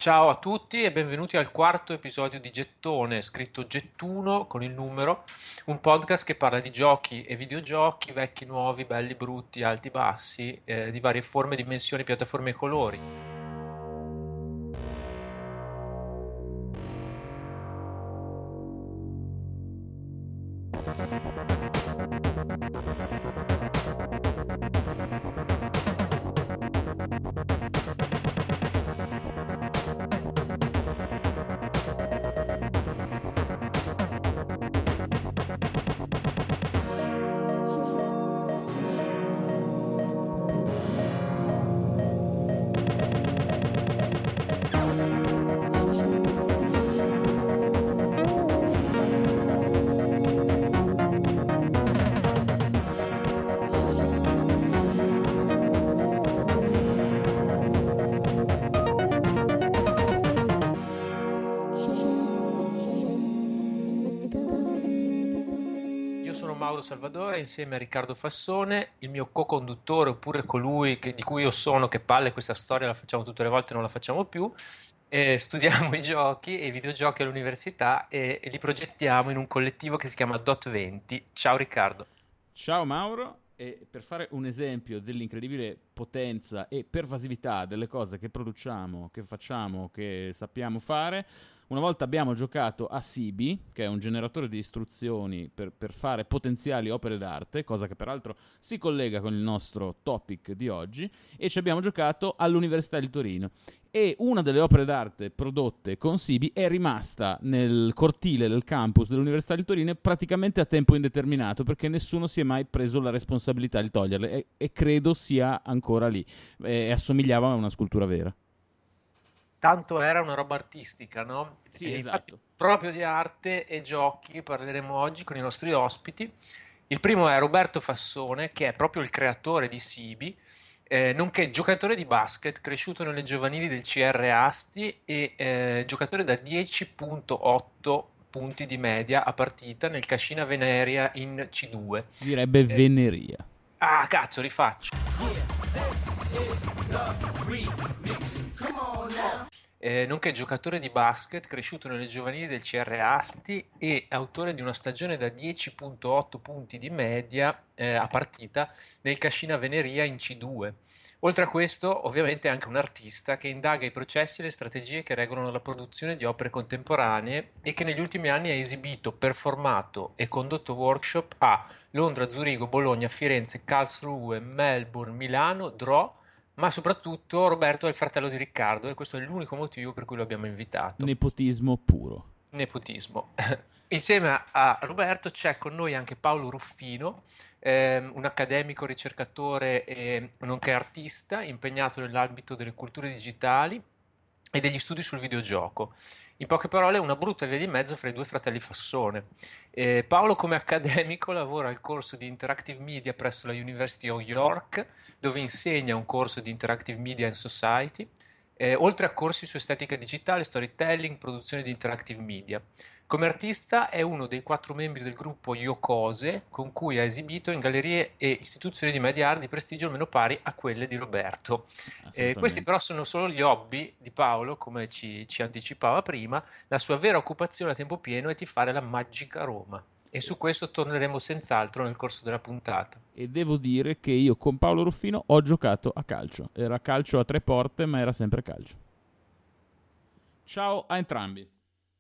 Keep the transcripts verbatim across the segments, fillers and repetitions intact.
Ciao a tutti e benvenuti al quarto episodio di Gettone, scritto Gettuno con il numero, un podcast che parla di giochi e videogiochi, vecchi, nuovi, belli, brutti, alti, bassi, eh, di varie forme, dimensioni, piattaforme e colori. Io sono Mauro Salvadore insieme a Riccardo Fassone, il mio co-conduttore oppure colui che- di cui io sono, che palle questa storia la facciamo tutte le volte, non la facciamo più. E studiamo i giochi e i videogiochi all'università e, e li progettiamo in un collettivo che si chiama Dot venti. Ciao Riccardo. Ciao Mauro, e per fare un esempio dell'incredibile potenza e pervasività delle cose che produciamo, che facciamo, che sappiamo fare, una volta abbiamo giocato a Sibi, che è un generatore di istruzioni per, per fare potenziali opere d'arte, cosa che peraltro si collega con il nostro topic di oggi, e ci abbiamo giocato all'Università di Torino. E una delle opere d'arte prodotte con Sibi è rimasta nel cortile del campus dell'Università di Torino praticamente a tempo indeterminato perché nessuno si è mai preso la responsabilità di toglierle e, e credo sia ancora lì e assomigliava a una scultura vera. Tanto era una roba artistica, no? Sì, E infatti esatto. proprio di arte e giochi parleremo oggi con i nostri ospiti. Il primo è Roberto Fassone, che è proprio il creatore di Sibi, eh, nonché giocatore di basket, cresciuto nelle giovanili del C R Asti e eh, giocatore da dieci virgola otto punti di media a partita nel Cascina Veneria in C due. Si direbbe Eh, veneria. ah, cazzo, rifaccio. Eh, nonché giocatore di basket, cresciuto nelle giovanili del C R Asti e autore di una stagione da dieci virgola otto punti di media eh, a partita nel Cascina Veneria in C due. Oltre a questo, ovviamente è anche un artista che indaga i processi e le strategie che regolano la produzione di opere contemporanee e che negli ultimi anni ha esibito, performato e condotto workshop a Londra, Zurigo, Bologna, Firenze, Karlsruhe, Melbourne, Milano, Dro, ma soprattutto Roberto è il fratello di Riccardo e questo è l'unico motivo per cui lo abbiamo invitato. Nepotismo puro. Nepotismo. Insieme a Roberto c'è con noi anche Paolo Ruffino, ehm, un accademico, ricercatore e nonché artista impegnato nell'ambito delle culture digitali e degli studi sul videogioco. In poche parole, una brutta via di mezzo fra i due fratelli Fassone. Eh, Paolo, come accademico, lavora al corso di Interactive Media presso la University of York, dove insegna un corso di Interactive Media and Society, eh, oltre a corsi su estetica digitale, storytelling, produzione di interactive media. Come artista è uno dei quattro membri del gruppo Yokose, con cui ha esibito in gallerie e istituzioni di media art di prestigio almeno pari a quelle di Roberto. Eh, questi Assolutamente. però sono solo gli hobby di Paolo, come ci, ci anticipava prima. La sua vera occupazione a tempo pieno è tifare la Magica Roma. E E, su questo torneremo senz'altro nel corso della puntata. e devo dire che io con Paolo Ruffino ho giocato a calcio. Era calcio a tre porte, ma era sempre calcio. Ciao a entrambi.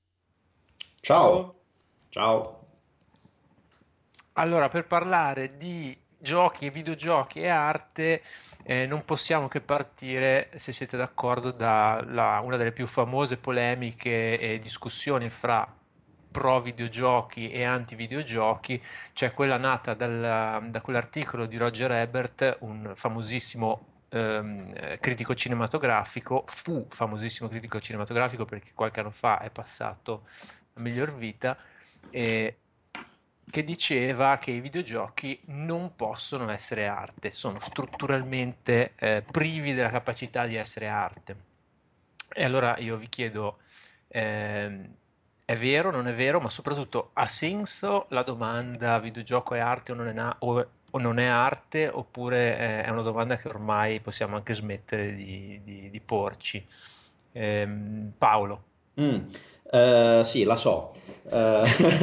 Ciao, ciao. Allora, per parlare di giochi e videogiochi e arte, eh, non possiamo che partire, se siete d'accordo, da la- una delle più famose polemiche e discussioni fra pro videogiochi e anti videogiochi, cioè quella nata dal- da quell'articolo di Roger Ebert, un famosissimo ehm, eh, critico cinematografico, fu famosissimo critico cinematografico perché qualche anno fa è passato a miglior vita, eh, che diceva che i videogiochi non possono essere arte, sono strutturalmente eh, privi della capacità di essere arte. E allora io vi chiedo, ehm, è vero, non è vero, ma soprattutto ha senso la domanda videogioco è arte o non è, na- o- o non è arte, oppure eh, è una domanda che ormai possiamo anche smettere di, di- di porci? Ehm, Paolo. Mm, eh, sì, la so. Eh,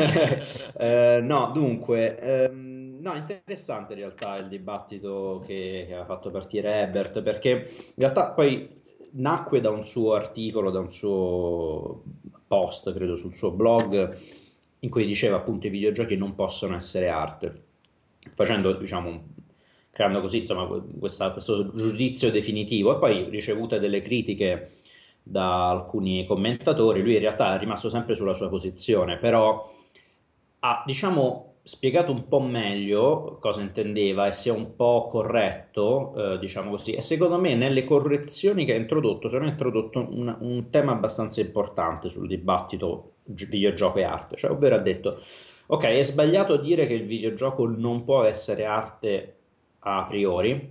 eh, no, dunque, ehm, no, interessante in realtà il dibattito che, che aveva fatto partire Ebert, perché in realtà poi nacque da un suo articolo, da un suo post, credo, sul suo blog, in cui diceva appunto i videogiochi non possono essere arte, facendo, diciamo, creando così, insomma, questa- questo giudizio definitivo. E poi ricevute delle critiche da alcuni commentatori, lui in realtà è rimasto sempre sulla sua posizione, però ha, diciamo, spiegato un po' meglio cosa intendeva e si è un po' corretto, eh, diciamo così, e secondo me nelle correzioni che ha introdotto, se non ha introdotto un, un tema abbastanza importante sul dibattito gi- videogioco e arte, cioè ovvero ha detto, ok, è sbagliato dire che il videogioco non può essere arte a priori,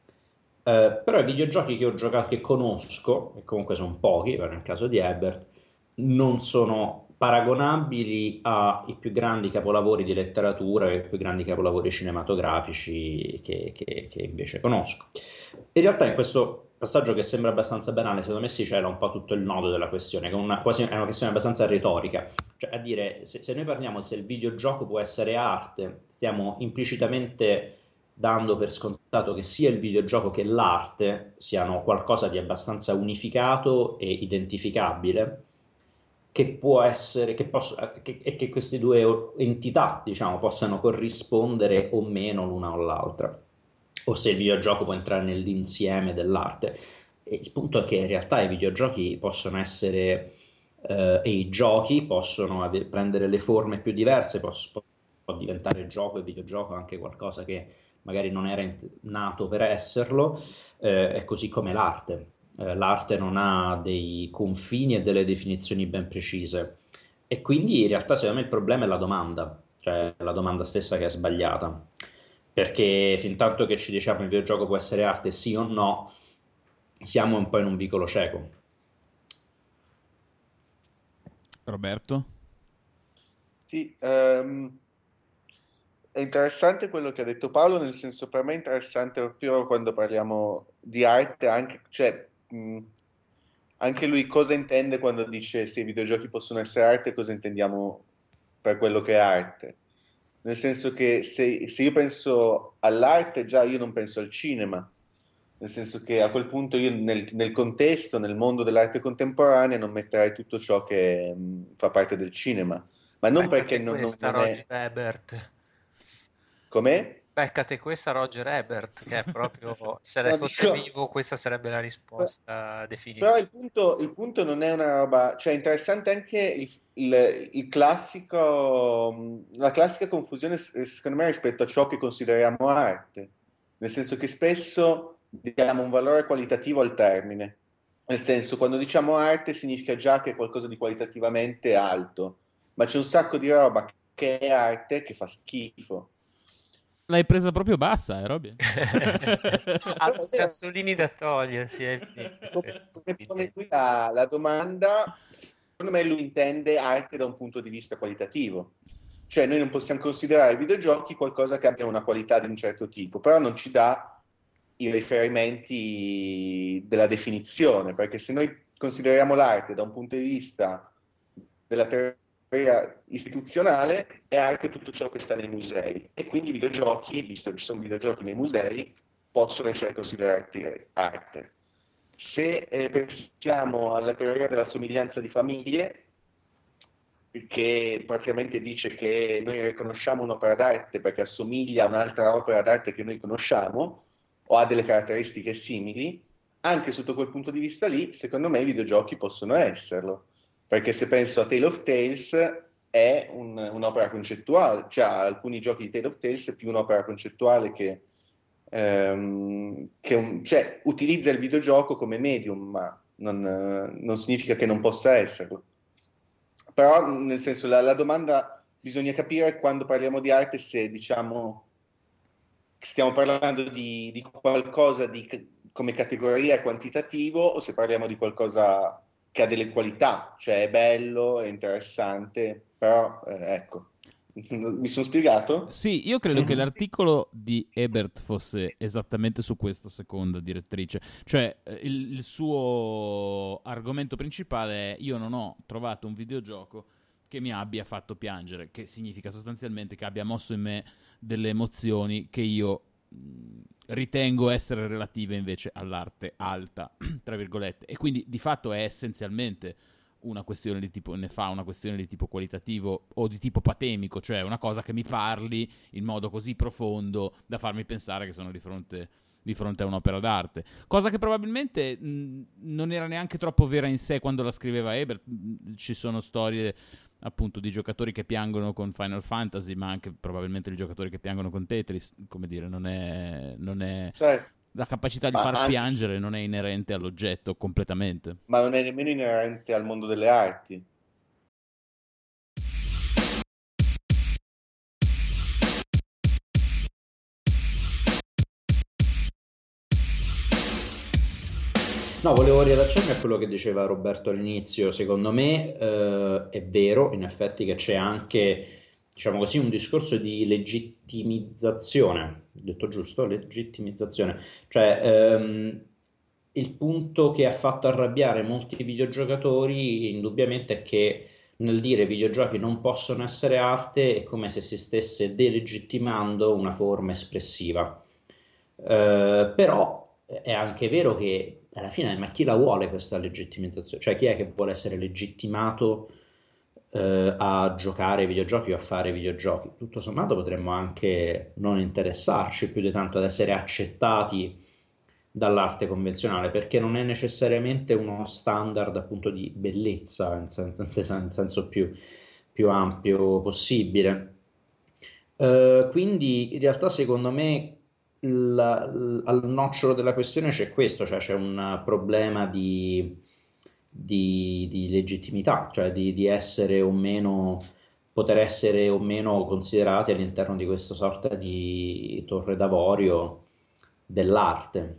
eh, però i videogiochi che ho giocato, che conosco, e comunque sono pochi, per nel caso di Ebert, non sono paragonabili ai più grandi capolavori di letteratura e ai più grandi capolavori cinematografici che, che- che invece conosco. In realtà in questo passaggio che sembra abbastanza banale, secondo me si cela un po' tutto il nodo della questione, che è una, quasi, è una questione abbastanza retorica. Cioè, a dire, se, se noi parliamo se il videogioco può essere arte, stiamo implicitamente dando per scontato che sia il videogioco che l'arte siano qualcosa di abbastanza unificato e identificabile, che può essere, che posso, che, e che queste due entità, diciamo, possano corrispondere o meno l'una o l'altra, o se il videogioco può entrare nell'insieme dell'arte. E il punto è che in realtà i videogiochi possono essere eh, e i giochi possono ave- prendere le forme più diverse, poss- può diventare gioco e videogioco anche qualcosa che magari non era in- nato per esserlo, eh, è così come l'arte. Eh, l'arte non ha dei confini e delle definizioni ben precise e quindi in realtà secondo me il problema è la domanda, cioè la domanda stessa che è sbagliata, perché fin tanto che ci diciamo il videogioco può essere arte sì o no, siamo un po' in un vicolo cieco. Roberto? Sì, ehm, è interessante quello che ha detto Paolo, nel senso per me è interessante proprio quando parliamo di arte, anche, cioè, mh, anche lui cosa intende quando dice se i videogiochi possono essere arte, cosa intendiamo per quello che è arte. Nel senso che se, se io penso all'arte, già io non penso al cinema, nel senso che a quel punto io nel, nel contesto, nel mondo dell'arte contemporanea, non metterei tutto ciò che mh, fa parte del cinema, ma non perché Beccate non, non- questa, non Roger è... Ebert. Com'è? Beccate questa, Roger Ebert, che è proprio, se lei No, fosse dico... vivo, questa sarebbe la risposta Però definitiva. il punto, il punto non è una roba, cioè è interessante anche il, il- il classico, mh, la classica confusione, s- secondo me, rispetto a ciò che consideriamo arte, nel senso che spesso diamo un valore qualitativo al termine, nel senso quando diciamo arte significa già che è qualcosa di qualitativamente alto, ma c'è un sacco di roba che è arte che fa schifo. L'hai presa proprio bassa, eh, Robby? No, Ha è vero. sassolini da togliersi, è Come, come pone evidente. lui la, la domanda, secondo me lui intende arte da un punto di vista qualitativo. Cioè noi non possiamo considerare i videogiochi qualcosa che abbia una qualità di un certo tipo, però non ci dà i riferimenti della definizione, perché se noi consideriamo l'arte da un punto di vista della teoria istituzionale, è arte tutto ciò che sta nei musei. E quindi i videogiochi, visto che ci sono videogiochi nei musei, possono essere considerati arte. Se eh, pensiamo alla teoria della somiglianza di famiglie, che praticamente dice che noi riconosciamo un'opera d'arte perché assomiglia a un'altra opera d'arte che noi conosciamo o ha delle caratteristiche simili, anche sotto quel punto di vista lì, secondo me i videogiochi possono esserlo, perché se penso a Tale of Tales è un- un'opera concettuale, cioè alcuni giochi di Tale of Tales è più un'opera concettuale che, ehm, che un- cioè, utilizza il videogioco come medium, ma non, eh, non significa che non possa esserlo. Però, nel senso, la, la domanda bisogna capire quando parliamo di arte se diciamo stiamo parlando di, di qualcosa di, come categoria quantitativo o se parliamo di qualcosa che ha delle qualità, cioè è bello, è interessante, però eh, ecco. Mi sono spiegato? Sì, io credo che l'articolo di Ebert fosse esattamente su questa seconda direttrice, cioè eh, il, il suo argomento principale è: io non ho trovato un videogioco che mi abbia fatto piangere, che significa sostanzialmente che abbia mosso in me delle emozioni che io mh, ritengo essere relative invece all'arte alta, tra virgolette, e quindi di fatto è essenzialmente una questione di tipo, ne fa una questione di tipo qualitativo o di tipo patemico, cioè una cosa che mi parli in modo così profondo da farmi pensare che sono di fronte, di fronte a un'opera d'arte. Cosa che probabilmente mh, non era neanche troppo vera in sé quando la scriveva Ebert. Mh, Ci sono storie appunto di giocatori che piangono con Final Fantasy, ma anche probabilmente di giocatori che piangono con Tetris. Come dire, non è, non è Cioè, la capacità di ma, far anche, piangere non è inerente all'oggetto completamente. ma non è nemmeno inerente al mondo delle arti. No, volevo riallacciarmi a quello che diceva Roberto all'inizio. Secondo me, eh, è vero, in effetti, che c'è anche, diciamo così, un discorso di legittimizzazione. Ho detto giusto? Legittimizzazione. Cioè, ehm, il punto che ha fatto arrabbiare molti videogiocatori, indubbiamente, è che nel dire videogiochi non possono essere arte è come se si stesse delegittimando una forma espressiva. Eh, però è anche vero che alla fine, ma chi la vuole questa legittimizzazione? Cioè, chi è che vuole essere legittimato eh, a giocare ai videogiochi o a fare videogiochi? Tutto sommato potremmo anche non interessarci più di tanto ad essere accettati dall'arte convenzionale, perché non è necessariamente uno standard appunto di bellezza in senso, in senso più, più ampio possibile. Eh, quindi in realtà secondo me la- l- al nocciolo della questione c'è questo, cioè c'è un problema di, di- di legittimità, cioè di, di essere o meno, poter essere o meno considerati all'interno di questa sorta di torre d'avorio dell'arte.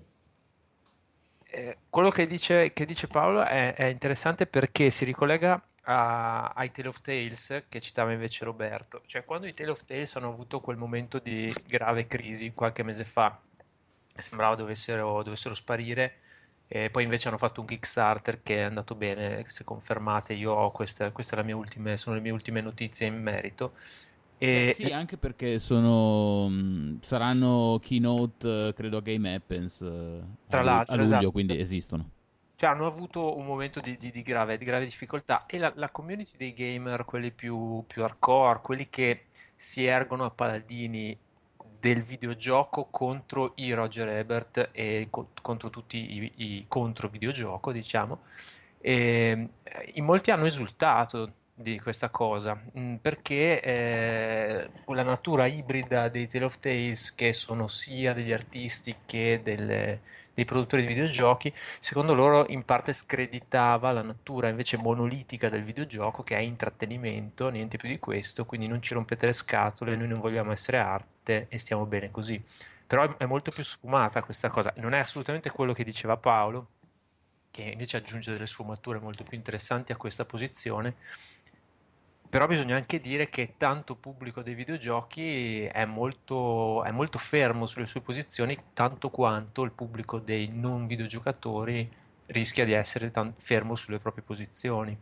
Eh, quello che dice, che dice Paolo è, è interessante perché si ricollega a- ai Tale of Tales che citava invece Roberto. Cioè, quando i Tale of Tales hanno avuto quel momento di grave crisi qualche mese fa, sembrava dovessero, dovessero sparire, e poi invece hanno fatto un Kickstarter che è andato bene, se confermate. Io ho queste, queste le mie ultime, sono le mie ultime notizie in merito. Beh, E sì, anche perché sono mh, saranno keynote, eh, credo a Game Happens eh, a, tra lu- a l'altro, luglio, esatto. quindi esistono. Cioè, hanno avuto un momento di, di- di grave, di grave difficoltà e la, la community dei gamer, quelli più, più hardcore, quelli che si ergono a paladini del videogioco contro i Roger Ebert e co- contro tutti i, i contro videogioco, diciamo, e, eh, in molti hanno esultato di questa cosa, mh, perché eh, la natura ibrida dei Tale of Tales, che sono sia degli artisti che delle- dei produttori di videogiochi, secondo loro in parte screditava la natura invece monolitica del videogioco, che è intrattenimento, niente più di questo, quindi non ci rompete le scatole, noi non vogliamo essere arte e stiamo bene così. Però è, è molto più sfumata questa cosa, non è assolutamente quello che diceva Paolo, che invece aggiunge delle sfumature molto più interessanti a questa posizione. Però bisogna anche dire che tanto pubblico dei videogiochi è molto, è molto fermo sulle sue posizioni, tanto quanto il pubblico dei non videogiocatori rischia di essere tan- fermo sulle proprie posizioni.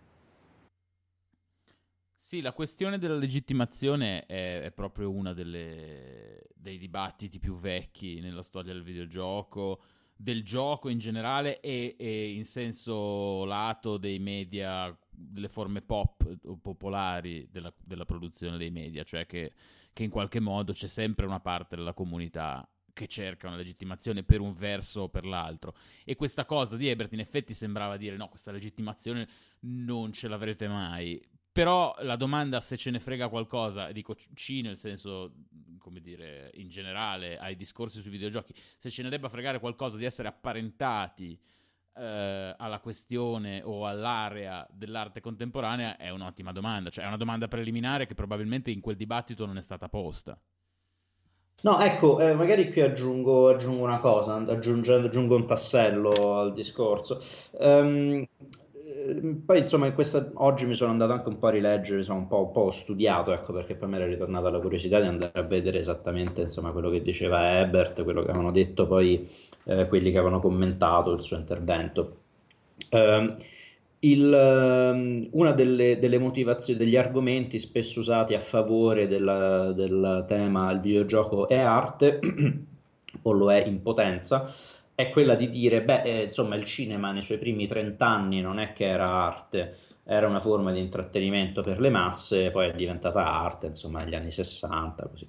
Sì, la questione della legittimazione è, è proprio uno dei dibattiti più vecchi nella storia del videogioco, del gioco in generale e, e in senso lato dei media, delle forme pop o popolari della, della produzione dei media, cioè che, che in qualche modo c'è sempre una parte della comunità che cerca una legittimazione per un verso o per l'altro. E questa cosa di Ebert in effetti sembrava dire: no, questa legittimazione non ce l'avrete mai. Però la domanda se ce ne frega qualcosa, dico C nel senso, come dire, in generale, ai discorsi sui videogiochi, se ce ne debba fregare qualcosa di essere apparentati eh, alla questione o all'area dell'arte contemporanea, è un'ottima domanda. Cioè è una domanda preliminare che probabilmente in quel dibattito non è stata posta. No, ecco, eh, magari qui aggiungo, aggiungo una cosa, aggiungendo, aggiungo un tassello al discorso. Ehm, eh, poi insomma in questa, oggi mi sono andato anche un po' a rileggere, insomma, un po', un po' ho studiato, ecco, perché poi mi era ritornata la curiosità di andare a vedere esattamente insomma, quello che diceva Ebert, quello che avevano detto poi eh, quelli che avevano commentato il suo intervento. Ehm, il, ehm, una delle, delle motivazioni, degli argomenti spesso usati a favore della- del tema il videogioco è arte, o lo è in potenza, è quella di dire, beh, eh, insomma, il cinema nei suoi primi trenta anni non è che era arte, era una forma di intrattenimento per le masse, poi è diventata arte, insomma, negli anni sessanta, così.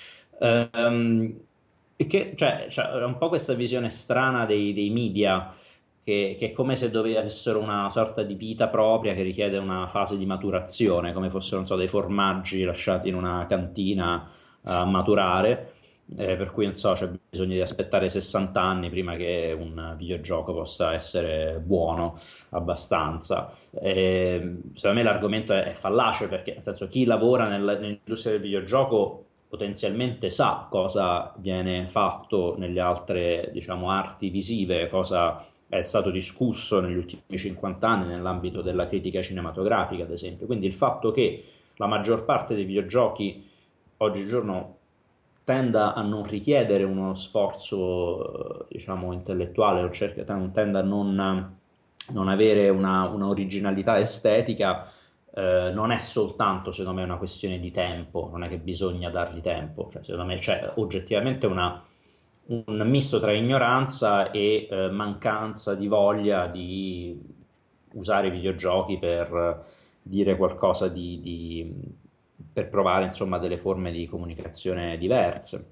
Ehm, e che, cioè, cioè, è un po' questa visione strana dei, dei media, che, che è come se avessero una sorta di vita propria che richiede una fase di maturazione, come fossero, non so, dei formaggi lasciati in una cantina a maturare, eh, per cui non so, c'è bisogno di aspettare sessanta anni prima che un videogioco possa essere buono abbastanza. Eh, secondo me l'argomento è, è fallace perché, nel senso, chi lavora nel- nell'industria del videogioco potenzialmente sa cosa viene fatto nelle altre, diciamo, arti visive, cosa è stato discusso negli ultimi cinquanta anni nell'ambito della critica cinematografica, ad esempio. Quindi il fatto che la maggior parte dei videogiochi oggigiorno tenda a non richiedere uno sforzo, eh, diciamo, intellettuale, o cerca, tenda a non, non avere una, una originalità estetica, eh, non è soltanto, secondo me, una questione di tempo, non è che bisogna dargli tempo, cioè, secondo me c'è oggettivamente una, un misto tra ignoranza e eh, mancanza di voglia di usare i videogiochi per dire qualcosa di, di- per provare insomma delle forme di comunicazione diverse.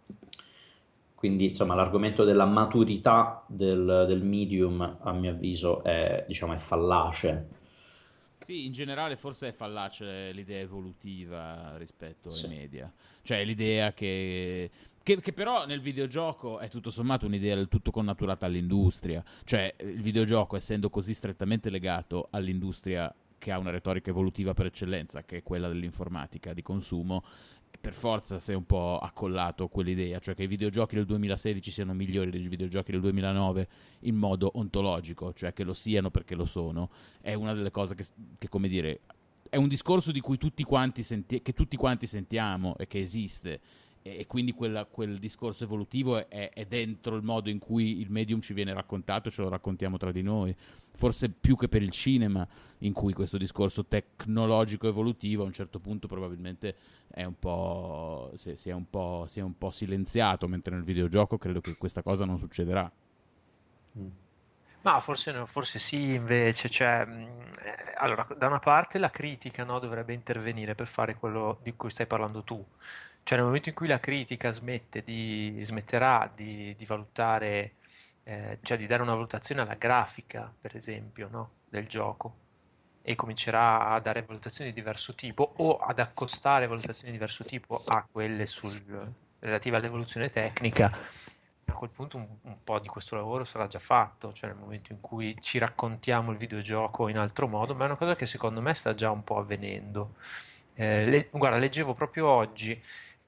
Quindi insomma l'argomento della maturità del, del medium a mio avviso è, diciamo, è fallace. Sì, in generale forse è fallace l'idea evolutiva rispetto ai Sì. media. Cioè l'idea che, che, che però nel videogioco è tutto sommato un'idea del tutto connaturata all'industria. Cioè il videogioco, essendo così strettamente legato all'industria che ha una retorica evolutiva per eccellenza, che è quella dell'informatica di consumo, per forza si è un po' accollato quell'idea, cioè che i videogiochi del duemilasedici siano migliori dei videogiochi del duemilanove in modo ontologico, cioè che lo siano perché lo sono, è una delle cose che, che come dire, è un discorso di cui tutti quanti senti- che tutti quanti sentiamo e che esiste. E, e quindi quella- quel discorso evolutivo è, è dentro il modo in cui il medium ci viene raccontato e ce lo raccontiamo tra di noi. Forse più che per il cinema, in cui questo discorso tecnologico evolutivo a un certo punto probabilmente è un po', si, si è un po', si è un po' silenziato, mentre nel videogioco credo che questa cosa non succederà. Mm. Ma forse, no, forse sì, invece, cioè, mh, eh, allora, da una parte la critica, no, dovrebbe intervenire per fare quello di cui stai parlando tu. Cioè, nel momento in cui la critica smette di, smetterà di, di valutare, eh, cioè di dare una valutazione alla grafica, per esempio, no, del gioco, e comincerà a dare valutazioni di diverso tipo o ad accostare valutazioni di diverso tipo a quelle sul, relative all'evoluzione tecnica, a quel punto un, un po' di questo lavoro sarà già fatto, cioè nel momento in cui ci raccontiamo il videogioco in altro modo, ma è una cosa che secondo me sta già un po' avvenendo. Eh, le- guarda, leggevo proprio oggi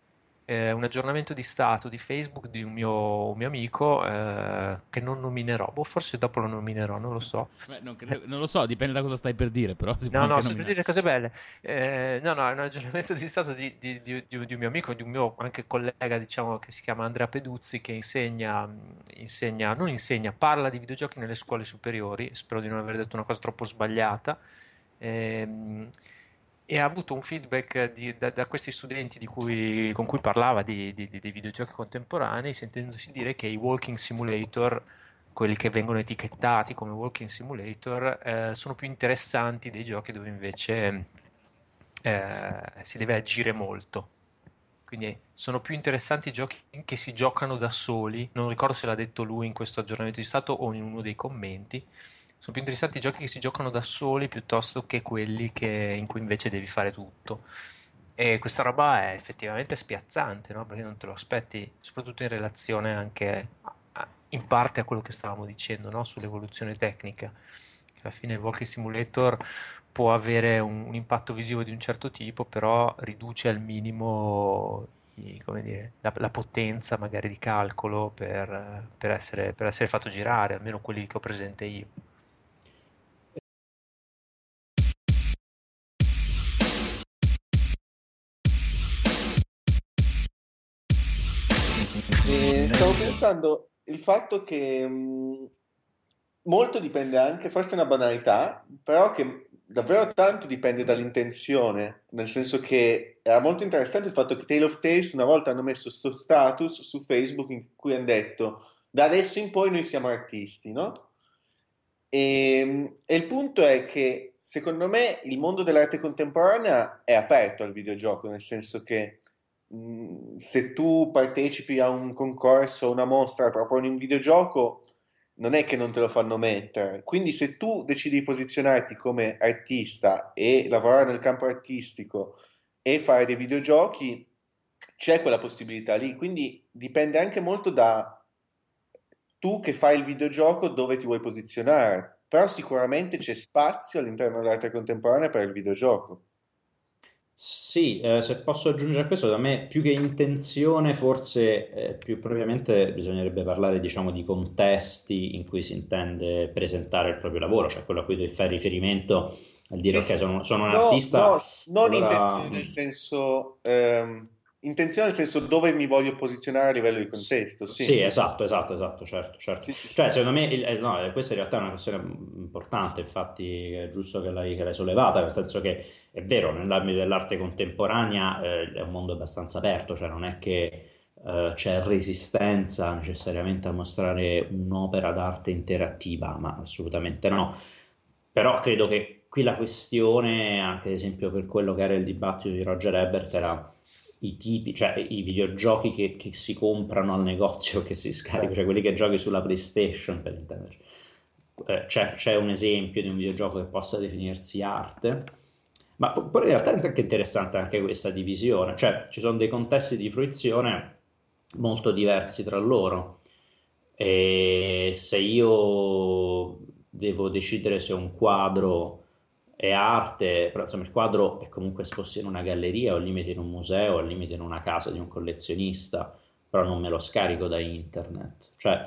eh, un aggiornamento di stato di Facebook di un mio, un mio amico eh, che non nominerò, o forse dopo lo nominerò, non lo so. Beh, non, credo- non lo so, dipende da cosa stai per dire, però si può No, no, anche sto per nominare. dire cose belle. Eh, no, no, è un aggiornamento di stato di, di- di- di- di un mio amico, di un mio anche collega, diciamo, che si chiama Andrea Peduzzi, che insegna, mh, insegna, non insegna, parla di videogiochi nelle scuole superiori. Spero di non aver detto una cosa troppo sbagliata. Ehm, e ha avuto un feedback di- da, da questi studenti di cui- con cui parlava di, di- di- dei videogiochi contemporanei, sentendosi dire che i walking simulator, quelli che vengono etichettati come walking simulator, eh, sono più interessanti dei giochi dove invece eh, si deve agire molto. Quindi sono più interessanti i giochi che si giocano da soli. Non ricordo se l'ha detto lui in questo aggiornamento di stato o in uno dei commenti. Sono più interessanti i giochi che si giocano da soli piuttosto che quelli che- in cui invece devi fare tutto. E questa roba è effettivamente spiazzante, no? Perché non te lo aspetti, soprattutto in relazione anche a- a- in parte a quello che stavamo dicendo, no? Sull'evoluzione tecnica. Alla fine il Walking Simulator può avere un, un impatto visivo di un certo tipo, però riduce al minimo i- come dire, la, la potenza magari di calcolo per, per essere, per essere fatto girare, almeno quelli che ho presente io. stavo pensando il fatto che mh, molto dipende anche, forse è una banalità, però che davvero tanto dipende dall'intenzione, nel senso che era molto interessante il fatto che Tale of Tales una volta hanno messo sto status su Facebook in cui hanno detto da adesso in poi noi siamo artisti, no? E, e il punto è che secondo me il mondo dell'arte contemporanea è aperto al videogioco, nel senso che mh, se tu partecipi a un concorso, a una mostra, proponi un videogioco, non è che non te lo fanno mettere. Quindi se tu decidi di posizionarti come artista e lavorare nel campo artistico e fare dei videogiochi, c'è quella possibilità lì. Quindi dipende anche molto da tu che fai il videogioco dove ti vuoi posizionare, però sicuramente c'è spazio all'interno dell'arte contemporanea per il videogioco. Sì, eh, se posso aggiungere a questo, da me più che intenzione, forse eh, più propriamente bisognerebbe parlare, diciamo, di contesti in cui si intende presentare il proprio lavoro, cioè quello a cui devi fare riferimento al dire Sì, ok, sì. sono, sono un No, no, artista, non allora intenzione nel mm, senso, ehm, intenzione nel senso dove mi voglio posizionare a livello di S- contesto, Sì, sì. esatto, esatto, esatto, certo, certo. Sì, sì, sì. Cioè, secondo me, il- eh, no, eh, questa in realtà è una questione mm, importante, infatti è giusto che l'hai, che l'hai sollevata, nel senso che è vero, nell'ambito dell'arte contemporanea eh, è un mondo abbastanza aperto, cioè non è che eh, c'è resistenza necessariamente a mostrare un'opera d'arte interattiva, ma assolutamente no. Però credo che qui la questione, anche ad esempio per quello che era il dibattito di Roger Ebert, era i tipi, cioè i videogiochi che, che si comprano al negozio, che si scaricano, cioè quelli che giochi sulla PlayStation per intenderci. Eh, c'è, c'è un esempio di un videogioco che possa definirsi arte, ma fu- poi in realtà è anche interessante anche questa divisione, cioè ci sono dei contesti di fruizione molto diversi tra loro. E se io devo decidere se un quadro è arte, però insomma il quadro è comunque esposto in una galleria o al limite in un museo, o al limite in una casa di un collezionista, però non me lo scarico da internet. Cioè,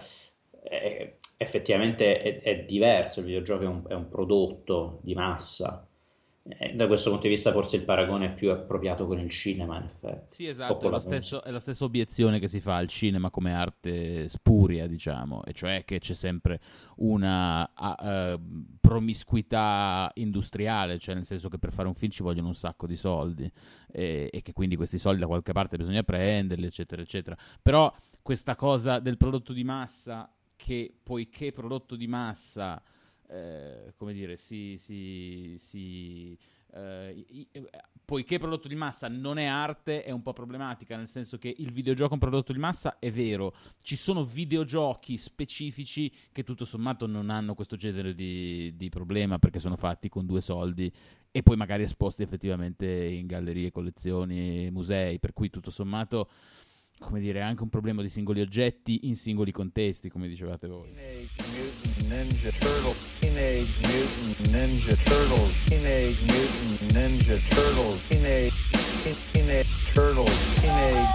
è- effettivamente è, è diverso, il videogioco è un, è un prodotto di massa. E da questo punto di vista forse il paragone è più appropriato con il cinema, in effetti, Sì, o esatto, è, con lo la stesso- musica. è la stessa obiezione che si fa al cinema come arte spuria, diciamo, e cioè che c'è sempre una a- eh, promiscuità industriale, cioè nel senso che per fare un film ci vogliono un sacco di soldi e, e che quindi questi soldi da qualche parte bisogna prenderli, eccetera, eccetera. Però questa cosa del prodotto di massa, che poiché prodotto di massa, eh, come dire, si, si, si eh, i- i- poiché prodotto di massa non è arte, è un po' problematica, nel senso che il videogioco è un prodotto di massa, è vero, ci sono videogiochi specifici che tutto sommato non hanno questo genere di, di problema perché sono fatti con due soldi e poi magari esposti effettivamente in gallerie, collezioni, musei, per cui tutto sommato, come dire, è anche un problema di singoli oggetti in singoli contesti, come dicevate voi. Teenage Mutant Ninja Turtles. Teenage Mutant Ninja Turtles. Teenage Mutant Ninja Turtles. Teenage Teenage Turtles. Teenage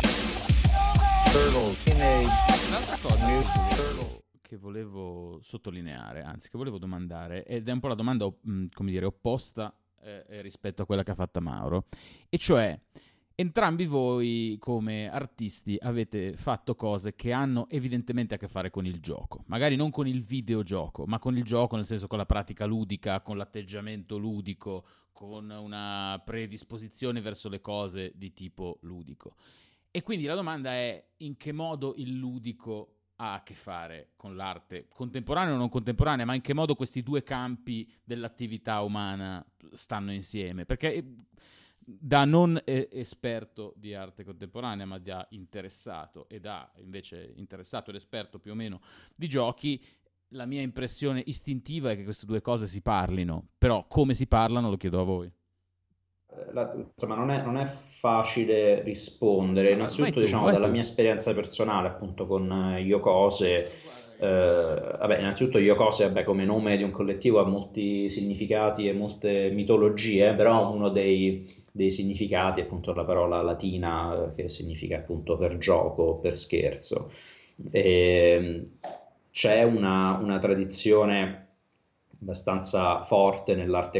Turtles. Teenage L'altra cosa Mutant che Turtles. volevo, che volevo sottolineare, anzi che volevo domandare, ed è un po' la domanda, mh, come dire, opposta eh, rispetto a quella che ha fatta Mauro, e cioè entrambi voi come artisti avete fatto cose che hanno evidentemente a che fare con il gioco, magari non con il videogioco, ma con il gioco nel senso con la pratica ludica, con l'atteggiamento ludico, con una predisposizione verso le cose di tipo ludico. E quindi la domanda è in che modo il ludico ha a che fare con l'arte contemporanea o non contemporanea, ma in che modo questi due campi dell'attività umana stanno insieme? Perché eh, da non eh, esperto di arte contemporanea, ma da interessato e da invece interessato ed esperto più o meno di giochi, la mia impressione istintiva è che queste due cose si parlino, però come si parlano lo chiedo a voi. Eh, la- insomma, non è, non è facile rispondere. Ah, vai Innanzitutto, tu, diciamo, vai dalla tu. mia esperienza personale, appunto, con eh, Io Cose, eh, vabbè, innanzitutto Io Cose, vabbè, come nome di un collettivo ha molti significati e molte mitologie, però uno dei, dei significati è appunto la parola latina eh, che significa appunto per gioco, per scherzo. E, c'è una, una tradizione abbastanza forte nell'arte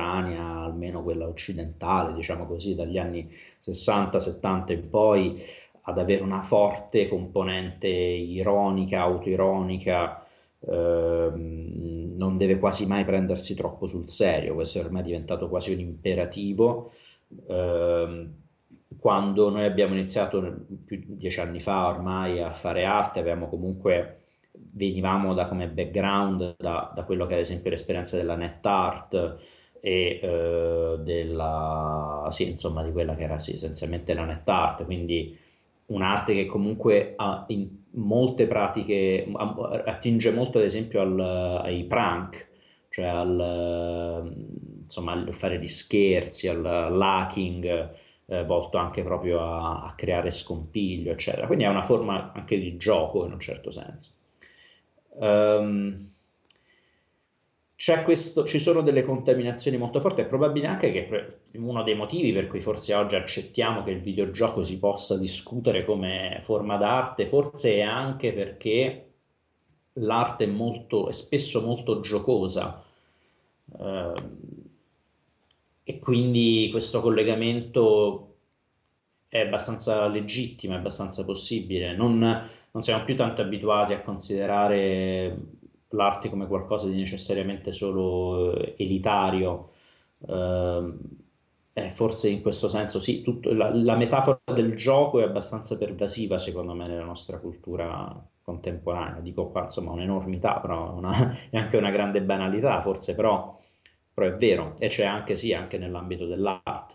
contemporanea, almeno quella occidentale, diciamo così, dagli anni sessanta settanta in poi, ad avere una forte componente ironica, autoironica, ehm, non deve quasi mai prendersi troppo sul serio, questo ormai è diventato quasi un imperativo. Ehm, Quando noi abbiamo iniziato più di dieci anni fa ormai a fare arte, avevamo comunque, venivamo da come background da, da quello che è ad esempio l'esperienza della net art e eh, della, sì, insomma, di quella che era sì, essenzialmente la net art, quindi un'arte che comunque ha in molte pratiche, attinge molto ad esempio al, ai prank, cioè al, insomma, al fare gli scherzi, al hacking, eh, volto anche proprio a, a creare scompiglio, eccetera. Quindi è una forma anche di gioco in un certo senso. Um, c'è questo, ci sono delle contaminazioni molto forti, è probabile anche che uno dei motivi per cui forse oggi accettiamo che il videogioco si possa discutere come forma d'arte, forse è anche perché l'arte è, molto, è spesso molto giocosa, eh, e quindi questo collegamento è abbastanza legittimo, è abbastanza possibile. Non, non siamo più tanto abituati a considerare l'arte come qualcosa di necessariamente solo eh, elitario. Eh, eh, forse in questo senso sì, tutto- la, la metafora del gioco è abbastanza pervasiva secondo me nella nostra cultura contemporanea. Dico qua insomma un'enormità, però una- è anche una grande banalità forse, però, però è vero e c'è anche sì, anche nell'ambito dell'arte.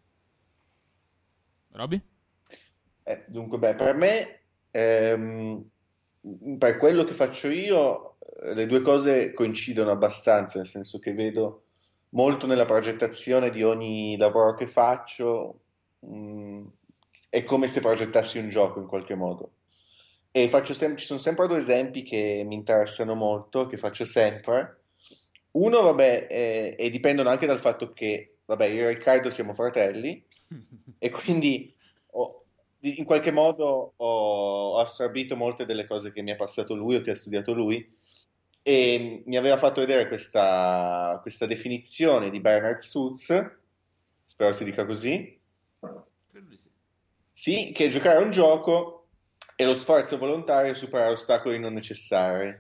Robby? Eh, dunque, beh, per me, ehm, per quello che faccio io, eh, le due cose coincidono abbastanza, nel senso che vedo molto nella progettazione di ogni lavoro che faccio, mh, è come se progettassi un gioco in qualche modo. E faccio sem- ci sono sempre due esempi che mi interessano molto, che faccio sempre. Uno, vabbè, eh, e dipendono anche dal fatto che, vabbè, io e Riccardo siamo fratelli e quindi ho- in qualche modo ho assorbito molte delle cose che mi ha passato lui o che ha studiato lui e mi aveva fatto vedere questa, questa definizione di Bernard Suits, spero si dica così, Credo di sì. sì, che giocare a un gioco è lo sforzo volontario di superare ostacoli non necessari.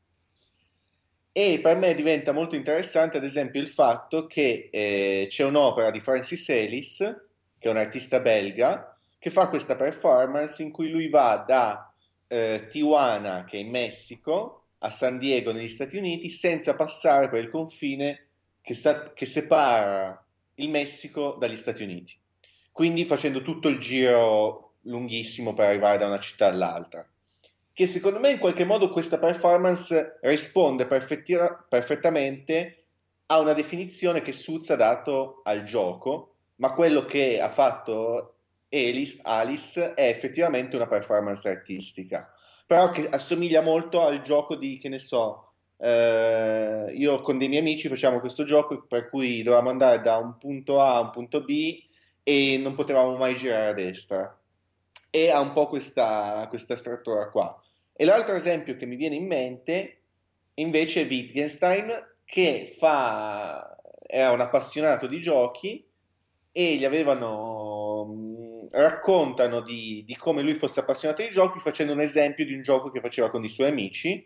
E per me diventa molto interessante, ad esempio, il fatto che eh, c'è un'opera di Francis Ellis, che è un artista belga, che fa questa performance in cui lui va da eh, Tijuana, che è in Messico, a San Diego, negli Stati Uniti, senza passare per il confine che, sa- che separa il Messico dagli Stati Uniti. Quindi facendo tutto il giro lunghissimo per arrivare da una città all'altra che secondo me in qualche modo questa performance risponde perfetti- perfettamente a una definizione che Suz ha dato al gioco, ma quello che ha fatto Alice, Alice è effettivamente una performance artistica, però che assomiglia molto al gioco di, che ne so, eh, io con dei miei amici facciamo questo gioco per cui dovevamo andare da un punto A a un punto B e non potevamo mai girare a destra. E ha un po' questa, questa struttura qua. E l'altro esempio che mi viene in mente invece è Wittgenstein, che fa, era un appassionato di giochi e gli avevano, mh, raccontano di, di come lui fosse appassionato di giochi facendo un esempio di un gioco che faceva con i suoi amici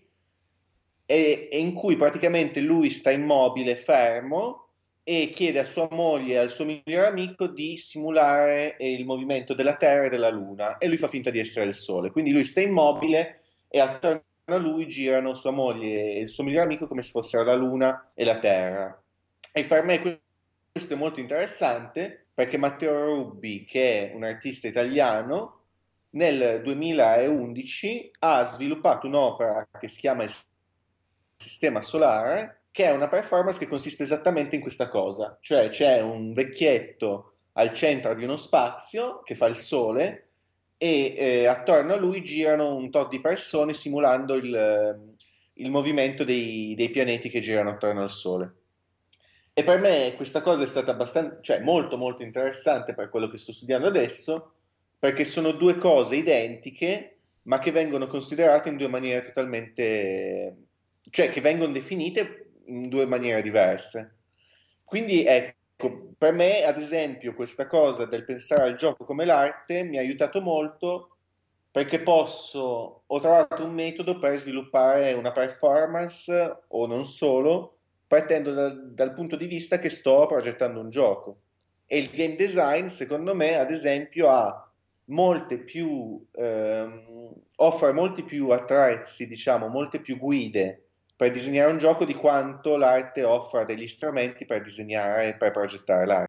e, e in cui praticamente lui sta immobile, fermo e chiede a sua moglie e al suo migliore amico di simulare eh, il movimento della Terra e della Luna e lui fa finta di essere il Sole. Quindi lui sta immobile e attorno a lui girano sua moglie e il suo migliore amico come se fossero la Luna e la Terra. E per me questo è molto interessante perché Matteo Rubbi, che è un artista italiano, nel duemilaundici ha sviluppato un'opera che si chiama Il Sistema Solare, che è una performance che consiste esattamente in questa cosa, cioè c'è un vecchietto al centro di uno spazio che fa il sole e eh, attorno a lui girano un tot di persone simulando il, il movimento dei, dei pianeti che girano attorno al sole. E per me questa cosa è stata abbastanza, cioè molto molto interessante per quello che sto studiando adesso, perché sono due cose identiche, ma che vengono considerate in due maniere totalmente, cioè che vengono definite in due maniere diverse. Quindi ecco, per me, ad esempio, questa cosa del pensare al gioco come l'arte mi ha aiutato molto perché posso, ho trovato un metodo per sviluppare una performance o non solo, partendo dal, dal punto di vista che sto progettando un gioco. E il game design, secondo me, ad esempio, ha molte più, ehm, offre molti più attrezzi, diciamo, molte più guide per disegnare un gioco di quanto l'arte offra degli strumenti per disegnare, per progettare l'arte.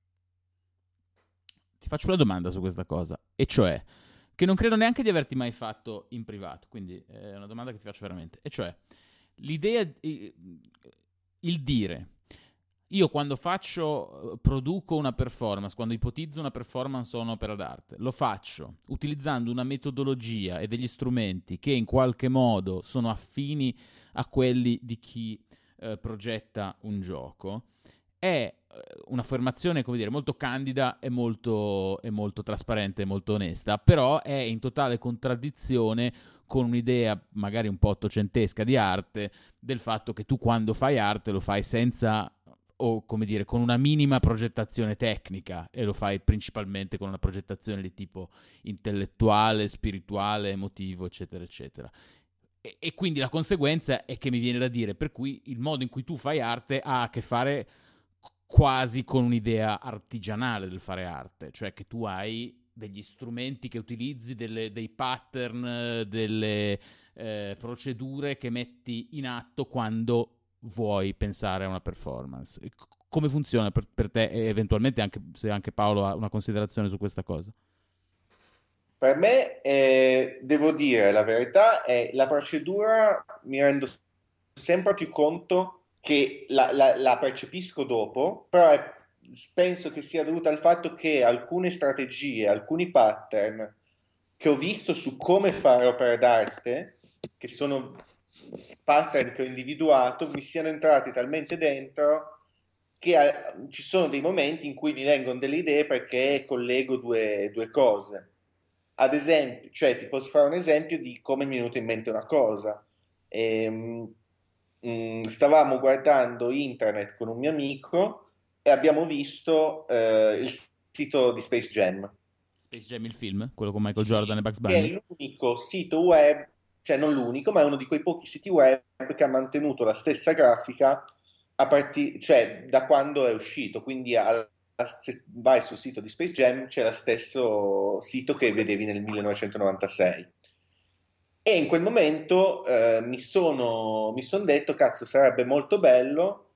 Ti faccio una domanda su questa cosa, e cioè, che non credo neanche di averti mai fatto in privato, quindi è una domanda che ti faccio veramente, e cioè, l'idea, il dire, io quando faccio, produco una performance, quando ipotizzo una performance o un'opera d'arte, lo faccio utilizzando una metodologia e degli strumenti che in qualche modo sono affini a quelli di chi eh, progetta un gioco, è un'affermazione, come dire, molto candida e molto, e molto trasparente e molto onesta, però è in totale contraddizione con un'idea magari un po' ottocentesca di arte, del fatto che tu quando fai arte lo fai senza, o come dire, con una minima progettazione tecnica, e lo fai principalmente con una progettazione di tipo intellettuale, spirituale, emotivo, eccetera, eccetera. E, e quindi la conseguenza è che mi viene da dire, per cui il modo in cui tu fai arte ha a che fare quasi con un'idea artigianale del fare arte, cioè che tu hai degli strumenti che utilizzi, delle, dei pattern, delle eh, procedure che metti in atto quando vuoi pensare a una performance. Come funziona per, per te, e eventualmente anche se anche Paolo ha una considerazione su questa cosa? Per me, eh, devo dire la verità, è la procedura, mi rendo sempre più conto che la, la- la percepisco dopo, però è- penso che sia dovuta al fatto che alcune strategie, alcuni pattern che ho visto su come fare opere d'arte, che sono pattern che ho individuato, mi siano entrati talmente dentro che eh, ci sono dei momenti in cui mi vengono delle idee perché collego due, due cose. Ad esempio, cioè ti posso fare un esempio di come mi è venuta in mente una cosa. Ehm, mh, stavamo guardando internet con un mio amico e abbiamo visto eh, il sito di Space Jam, Space Jam, il film, quello con Michael Jordan e Bugs che è Bunny. l'unico sito web, cioè non l'unico, ma è uno di quei pochi siti web che ha mantenuto la stessa grafica a parti- cioè da quando è uscito. Quindi al- se vai sul sito di Space Jam c'è lo stesso sito che vedevi nel millenovecentonovantasei. E in quel momento eh, mi sono, mi son detto, cazzo, sarebbe molto bello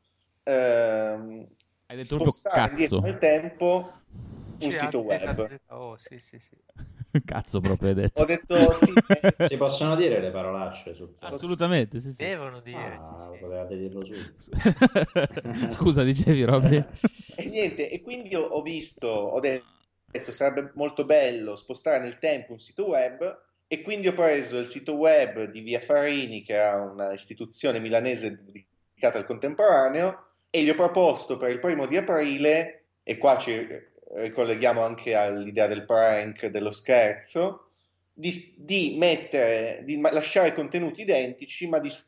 ehm, Hai detto proprio spostare indietro cazzo. nel tempo un sito web. C A Z Z O, sì, sì, sì. Cazzo proprio hai detto. Ho detto sì, eh, Si possono dire le parolacce sul serio? Assolutamente, sì, sì. Devono dire, Ah, sì, sì. potevate dirlo subito. Scusa, dicevi, Robby? e niente, e quindi ho, ho visto, ho detto sarebbe molto bello spostare nel tempo un sito web, e quindi ho preso il sito web di Via Farini, che era una istituzione milanese dedicata al contemporaneo, e gli ho proposto per il primo di aprile, e qua ci ricolleghiamo anche all'idea del prank, dello scherzo, di, di mettere, di ma- lasciare contenuti identici, ma di,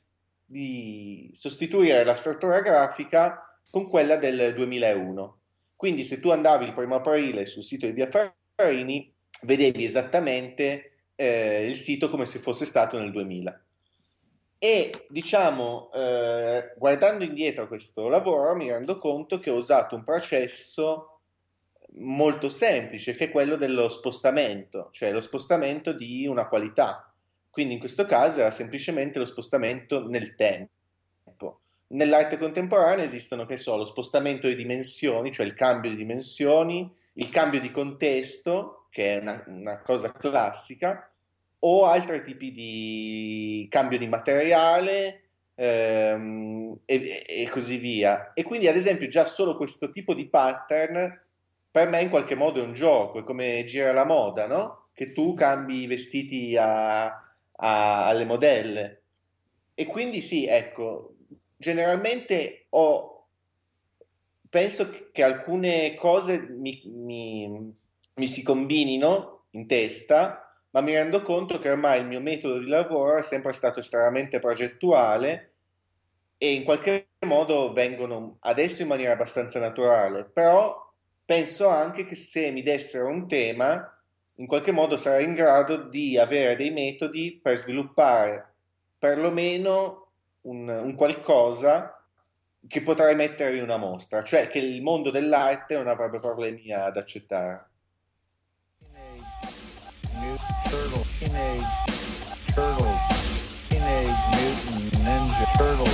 di sostituire la struttura grafica con quella del duemilauno. Quindi se tu andavi il primo aprile sul sito di Via Farini, vedevi esattamente eh, il sito come se fosse stato nel duemila. E diciamo, eh, guardando indietro a questo lavoro, mi rendo conto che ho usato un processo molto semplice, che è quello dello spostamento, cioè lo spostamento di una qualità. Quindi in questo caso era semplicemente lo spostamento nel tempo. Nell'arte contemporanea esistono, che so, lo spostamento di dimensioni, cioè il cambio di dimensioni, il cambio di contesto, che è una, una cosa classica, o altri tipi di cambio di materiale, ehm, e, e così via. E quindi, ad esempio, già solo questo tipo di pattern per me in qualche modo è un gioco, è come gira la moda, no? Che tu cambi i vestiti a- a- alle modelle. E quindi sì, ecco, generalmente ho, penso che che alcune cose mi, mi- mi si combinino in testa, ma mi rendo conto che ormai il mio metodo di lavoro è sempre stato estremamente progettuale, e in qualche modo vengono adesso in maniera abbastanza naturale, però penso anche che se mi dessero un tema, in qualche modo sarei in grado di avere dei metodi per sviluppare perlomeno un, un qualcosa che potrei mettere in una mostra, cioè che il mondo dell'arte non avrebbe problemi ad accettare. Turtle, Teenage Turtles, Teenage Mutant Ninja Turtles,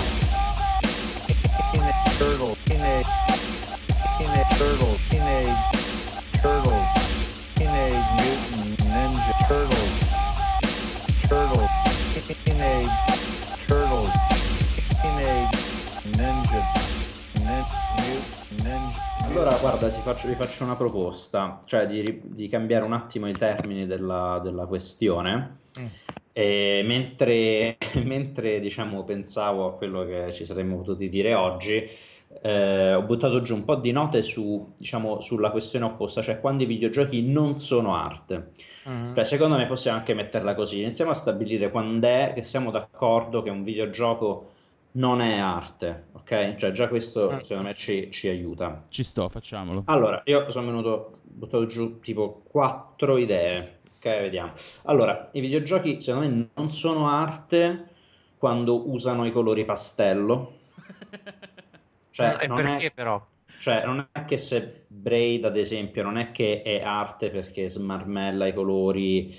Teenage Turtles, Teenage, Teenage Turtles, Teenage Turtles, Teenage Mutant Ninja Turtles, Turtles, Teenage Turtles, Teenage Ninja, Nin- Mutant Ninja. Allora, guarda, ti faccio, vi faccio una proposta, cioè di, di cambiare un attimo i termini della, della questione. Mm. E mentre, mentre diciamo, pensavo a quello che ci saremmo potuti dire oggi, eh, ho buttato giù un po' di note su, diciamo, sulla questione opposta, cioè quando i videogiochi non sono arte. Mhm. Cioè, secondo me possiamo anche metterla così. Iniziamo a stabilire quando è che siamo d'accordo che un videogioco non è arte, ok? Cioè, già questo Mm. secondo me ci, ci aiuta. Ci sto, facciamolo. Allora, io sono venuto, ho buttato giù tipo quattro idee, ok? Vediamo. Allora, i videogiochi secondo me non sono arte quando usano i colori pastello. Cioè, Mm, E non è, perché però? cioè, non è che se Braid, ad esempio, non è che è arte perché smarmella i colori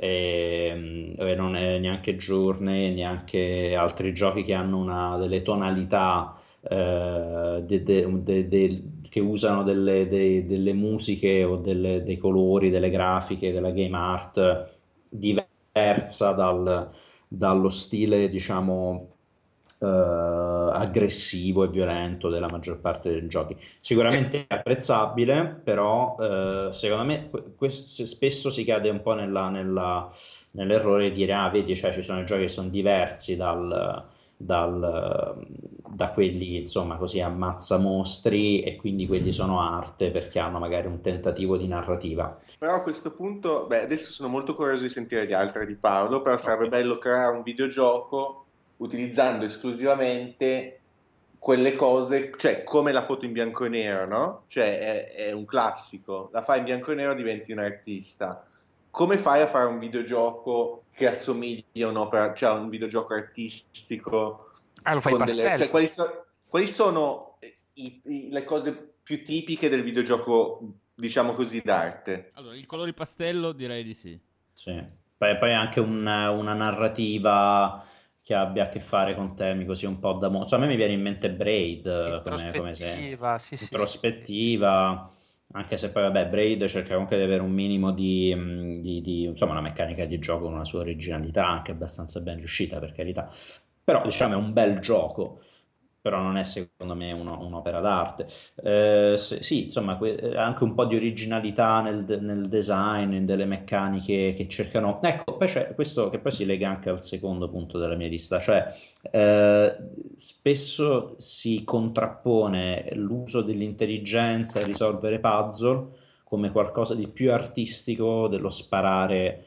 e, e non è neanche Journey, neanche altri giochi che hanno una, delle tonalità eh, de- de- de- de- che usano delle, de- delle musiche o delle- dei colori, delle grafiche, della game art diversa dal- dallo stile, diciamo, eh, aggressivo e violento della maggior parte dei giochi. Sicuramente è apprezzabile, però eh, secondo me que- questo- spesso si cade un po' nella- nella- nell'errore di dire, ah, vedi, cioè, ci sono giochi che sono diversi dal, dal- da quelli, insomma, così ammazza mostri e quindi quelli sono arte perché hanno magari un tentativo di narrativa. Però a questo punto, beh, adesso sono molto curioso di sentire gli altri di Paolo, però sarebbe bello creare un videogioco utilizzando esclusivamente quelle cose, cioè come la foto in bianco e nero, no? Cioè è, è un classico, la fai in bianco e nero diventi un artista. Come fai a fare un videogioco che assomiglia a un'opera, cioè a un videogioco artistico Ah, lo fai con delle, pastello. cioè quali, so- quali sono i- i- le cose più tipiche del videogioco, diciamo così, d'arte? Allora, i colori pastello direi di sì. Sì. Poi, poi anche un- una narrativa che abbia a che fare con temi così un po' da mo- insomma, a me mi viene in mente Braid eh, come, come esempio. Introspettiva, sì, sì, sì, sì, sì. Introspettiva, anche se poi vabbè, Braid cerca comunque di avere un minimo di, mh, di- di- insomma, una meccanica di gioco con una sua originalità anche abbastanza ben riuscita, per carità. Però diciamo è un bel gioco, però non è secondo me uno- un'opera d'arte. Eh, se- sì, insomma, que- eh, anche un po' di originalità nel, de- nel design, in delle meccaniche che cercano. Ecco, poi c'è questo che poi si lega anche al secondo punto della mia lista, cioè eh, spesso si contrappone l'uso dell'intelligenza a risolvere puzzle come qualcosa di più artistico dello sparare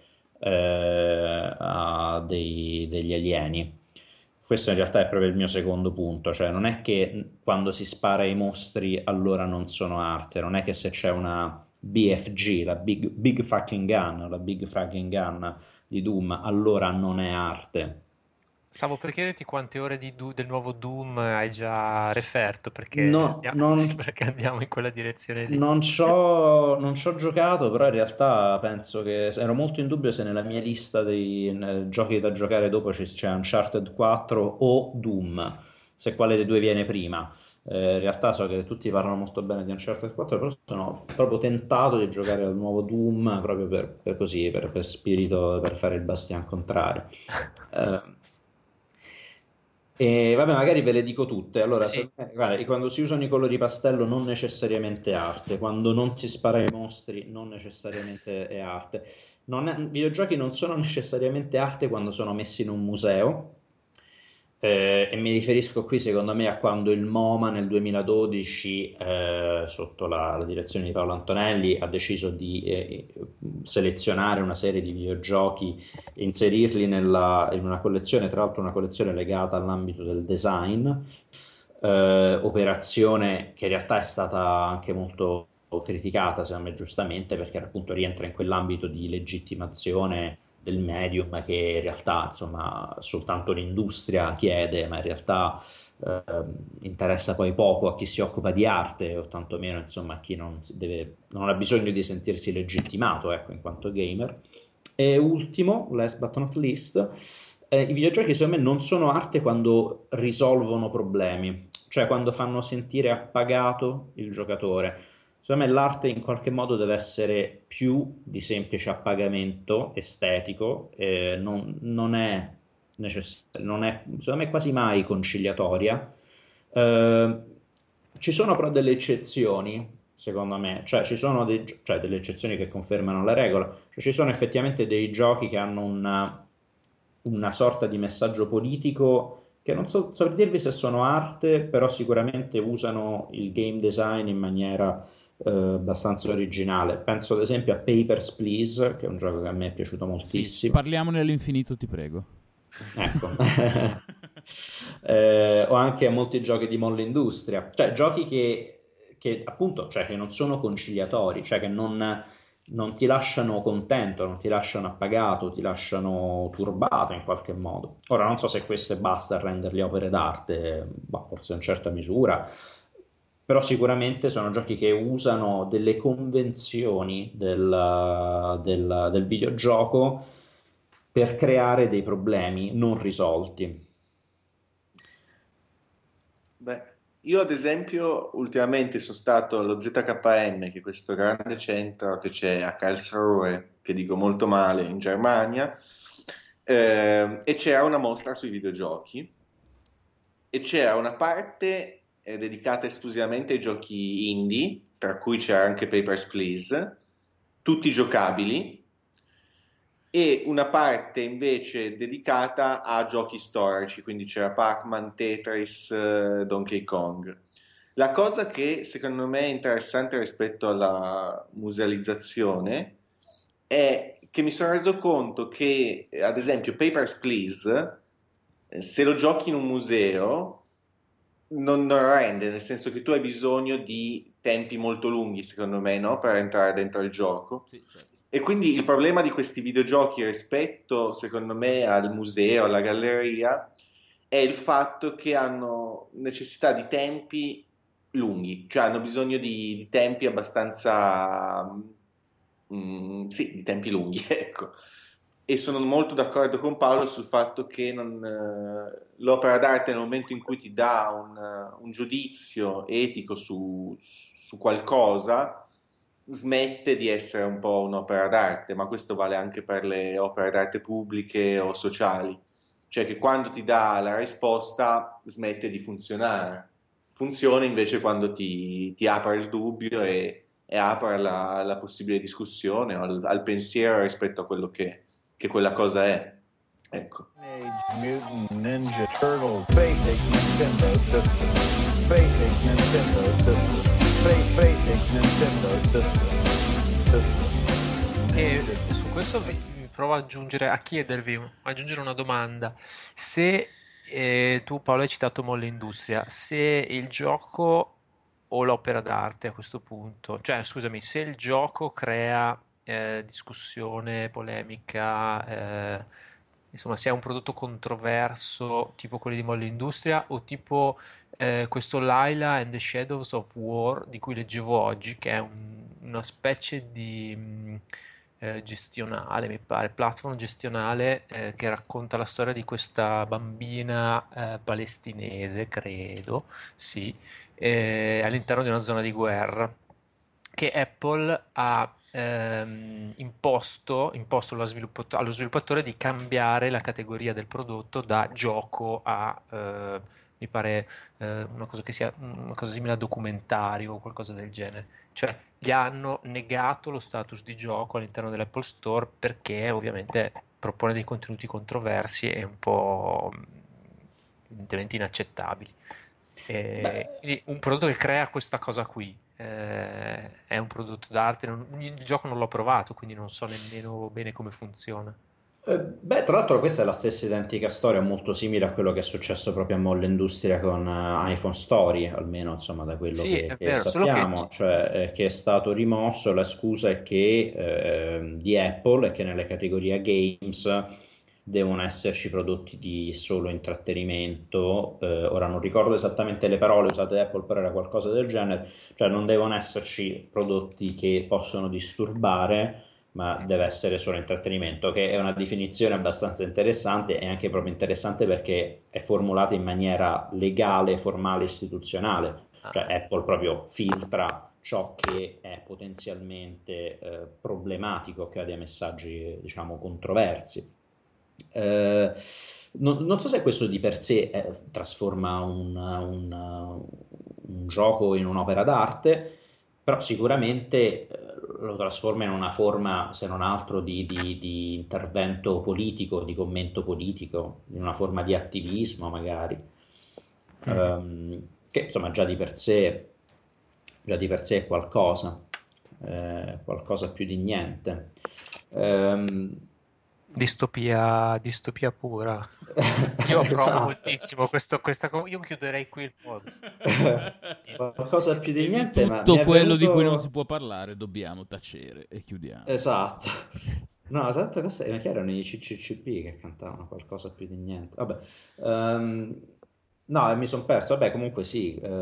eh, a dei- degli alieni. Questo in realtà è proprio il mio secondo punto, cioè non è che quando si spara ai mostri allora non sono arte, non è che se c'è una B F G, la Big, Big Fucking Gun, la Big Fucking Gun di Doom, allora non è arte. Stavo per chiederti quante ore di Du- del nuovo Doom hai già referto, perché No, andiamo, non, sembra che andiamo in quella direzione lì. non c'ho, non c'ho giocato, però in realtà penso che ero molto in dubbio se nella mia lista dei eh, giochi da giocare dopo ci- c'è Uncharted quattro o Doom, se quale dei due viene prima. Eh, in realtà so che tutti parlano molto bene di Uncharted quattro, però sono proprio tentato di giocare al nuovo Doom proprio per, per così, per, per spirito, per fare il bastian contrario. Eh, e vabbè, magari ve le dico tutte. Allora, Sì, secondo me, guarda, quando si usano i colori pastello non necessariamente è arte, quando non si spara ai mostri non necessariamente è arte. Non è- I videogiochi non sono necessariamente arte quando sono messi in un museo, eh, e mi riferisco qui secondo me a quando il MoMA nel duemiladodici, eh, sotto la, la direzione di Paolo Antonelli, ha deciso di eh, selezionare una serie di videogiochi e inserirli nella- in una collezione, tra l'altro una collezione legata all'ambito del design, eh, operazione che in realtà è stata anche molto criticata, secondo me giustamente, perché appunto rientra in quell'ambito di legittimazione del medium che in realtà insomma soltanto l'industria chiede, ma in realtà eh, interessa poi poco a chi si occupa di arte o tantomeno insomma a chi non, si deve, non ha bisogno di sentirsi legittimato, ecco, in quanto gamer. E ultimo, last but not least, eh, i videogiochi secondo me non sono arte quando risolvono problemi, cioè quando fanno sentire appagato il giocatore. Secondo me l'arte in qualche modo deve essere più di semplice appagamento estetico, eh, non, non è necess- non è, secondo me quasi mai conciliatoria. Eh, Ci sono però delle eccezioni, secondo me, cioè ci sono dei gio- cioè, delle eccezioni che confermano la regola, cioè ci sono effettivamente dei giochi che hanno una, una sorta di messaggio politico che non so, so dirvi se sono arte, però sicuramente usano il game design in maniera eh, abbastanza originale. Penso ad esempio a Papers, Please, che è un gioco che a me è piaciuto Sì, moltissimo. parliamone all'infinito, ti prego. Ecco. Eh, o anche a molti giochi di Molle Industria, cioè giochi che, che appunto, cioè che non sono conciliatori, cioè che non, non ti lasciano contento, non ti lasciano appagato, ti lasciano turbato in qualche modo. Ora non so se questo basta a renderli opere d'arte, boh, forse in certa misura, però sicuramente sono giochi che usano delle convenzioni del, del, del videogioco per creare dei problemi non risolti. Beh, io ad esempio ultimamente sono stato allo Z K M, che è questo grande centro che c'è a Karlsruhe, che dico molto male, in Germania, eh, e c'era una mostra sui videogiochi e c'era una parte eh, dedicata esclusivamente ai giochi indie, tra cui c'era anche Papers, Please, tutti giocabili, e una parte invece dedicata a giochi storici, quindi c'era Pac-Man, Tetris, eh, Donkey Kong. La cosa che secondo me è interessante rispetto alla musealizzazione è che mi sono reso conto che, eh, ad esempio, Papers, Please, eh, se lo giochi in un museo, non, non rende, nel senso che tu hai bisogno di tempi molto lunghi, secondo me, no? Per entrare dentro il gioco. Sì, certo. E quindi il problema di questi videogiochi rispetto, secondo me, al museo, alla galleria, è il fatto che hanno necessità di tempi lunghi, cioè hanno bisogno di, di tempi abbastanza, mm, sì, di tempi lunghi, ecco. E sono molto d'accordo con Paolo sul fatto che non, eh, l'opera d'arte nel momento in cui ti dà un, eh, un giudizio etico su, su qualcosa, smette di essere un po' un'opera d'arte, ma questo vale anche per le opere d'arte pubbliche o sociali, cioè che quando ti dà la risposta smette di funzionare. Funziona invece quando ti, ti apre il dubbio e, e apre alla, alla possibile discussione o al, al pensiero rispetto a quello che, che quella cosa è. Ecco. Teenage Mutant Ninja Turtles Basic Nintendo System. Basic Nintendo System. Ba- Basic Nintendo System. System. E su questo vi, vi provo ad aggiungere, a chiedervi, a aggiungere una domanda. Se eh, tu Paolo hai citato Molle Industria, se il gioco o l'opera d'arte a questo punto, cioè scusami, se il gioco crea eh, discussione, polemica, eh, insomma, se è un prodotto controverso tipo quelli di Molle Industria o tipo eh, questo Lila and the Shadows of War di cui leggevo oggi, che è un- una specie di mh, eh, gestionale, mi pare, platform gestionale eh, che racconta la storia di questa bambina eh, palestinese, credo, sì, eh, all'interno di una zona di guerra che Apple ha ehm, imposto, imposto allo sviluppo- allo sviluppatore di cambiare la categoria del prodotto da gioco a, eh, mi pare, eh, una cosa che sia una cosa simile a documentario o qualcosa del genere. Cioè, gli hanno negato lo status di gioco all'interno dell'Apple Store perché ovviamente propone dei contenuti controversi e un po' mh, evidentemente inaccettabili. E Beh, quindi un prodotto che crea questa cosa qui eh, è un prodotto d'arte. non- il gioco non l'ho provato, quindi non so nemmeno bene come funziona. Eh, beh, tra l'altro questa è la stessa identica storia, molto simile a quello che è successo proprio a Molle Industria con eh, iPhone Story, almeno insomma da quello Sì, che, è che vero, solo che sappiamo, cioè eh, che è stato rimosso. La scusa è che eh, di Apple è che nelle categorie games devono esserci prodotti di solo intrattenimento. Eh, ora non ricordo esattamente le parole usate da Apple, però era qualcosa del genere, cioè non devono esserci prodotti che possono disturbare, ma deve essere solo intrattenimento, che è una definizione abbastanza interessante e anche proprio interessante perché è formulata in maniera legale, formale, istituzionale, cioè ah, Apple proprio filtra ciò che è potenzialmente eh, problematico, che ha dei messaggi, diciamo, controversi. Eh, non, non so se questo di per sé eh, trasforma un, un- un gioco in un'opera d'arte, però sicuramente eh, lo trasforma in una forma, se non altro, di, di- di intervento politico, di commento politico, in una forma di attivismo magari. mhm. Ehm, che insomma già di per sé, già di per sé è qualcosa, eh, qualcosa più di niente. Ehm, Distopia, distopia pura. Io approvo esatto. moltissimo questo, questa cosa. Io chiuderei qui il podcast. Qualcosa più di E di niente, ma mi tutto è quello di cui non si venuto... può parlare dobbiamo tacere e chiudiamo. Esatto. No, esatto, questo, ma chi erano i C C C P che cantavano qualcosa più di niente? Vabbè, ehm, no, e mi sono perso. Vabbè, comunque sì, eh,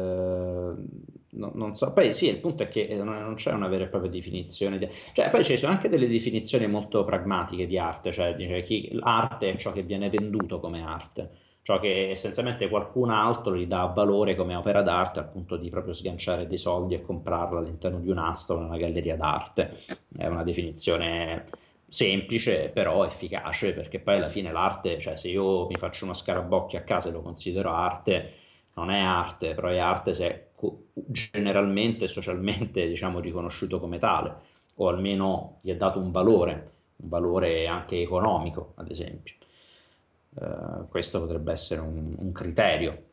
no- non so. Poi sì, il punto è che eh, non non c'è una vera e propria definizione di... Cioè, poi ci sono anche delle definizioni molto pragmatiche di arte, cioè dice chi l'arte è ciò che viene venduto come arte, ciò che essenzialmente qualcun altro gli dà valore come opera d'arte al punto di proprio sganciare dei soldi e comprarla all'interno di un'asta o una galleria d'arte. È una definizione semplice però efficace, perché poi alla fine l'arte, cioè se io mi faccio uno scarabocchio a casa e lo considero arte, non è arte, però è arte se è co- generalmente e socialmente, diciamo, riconosciuto come tale, o almeno gli è dato un valore, un valore anche economico, ad esempio. Eh, questo potrebbe essere un, un criterio.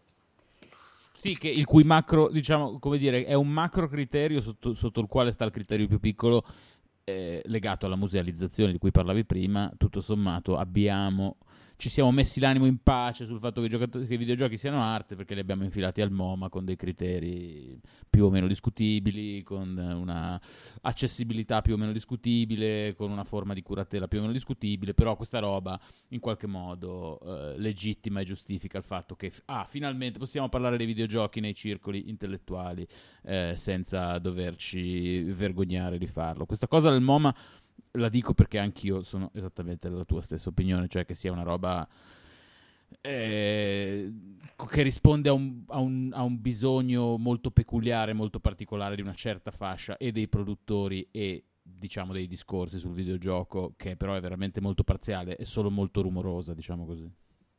Sì, che il cui macro, diciamo, come dire, è un macro criterio sotto, sotto il quale sta il criterio più piccolo, eh, legato alla musealizzazione di cui parlavi prima. Tutto sommato abbiamo, ci siamo messi l'animo in pace sul fatto che i, giocatori, che i videogiochi siano arte perché li abbiamo infilati al MoMA con dei criteri più o meno discutibili, con una accessibilità più o meno discutibile, con una forma di curatela più o meno discutibile, però questa roba in qualche modo eh, legittima e giustifica il fatto che ah, finalmente possiamo parlare dei videogiochi nei circoli intellettuali eh, senza doverci vergognare di farlo. Questa cosa del MoMA la dico perché anch'io sono esattamente della tua stessa opinione, cioè che sia una roba eh, che risponde a un, a, un, a un bisogno molto peculiare, molto particolare di una certa fascia e dei produttori e diciamo dei discorsi sul videogioco, che però è veramente molto parziale e solo molto rumorosa, diciamo così.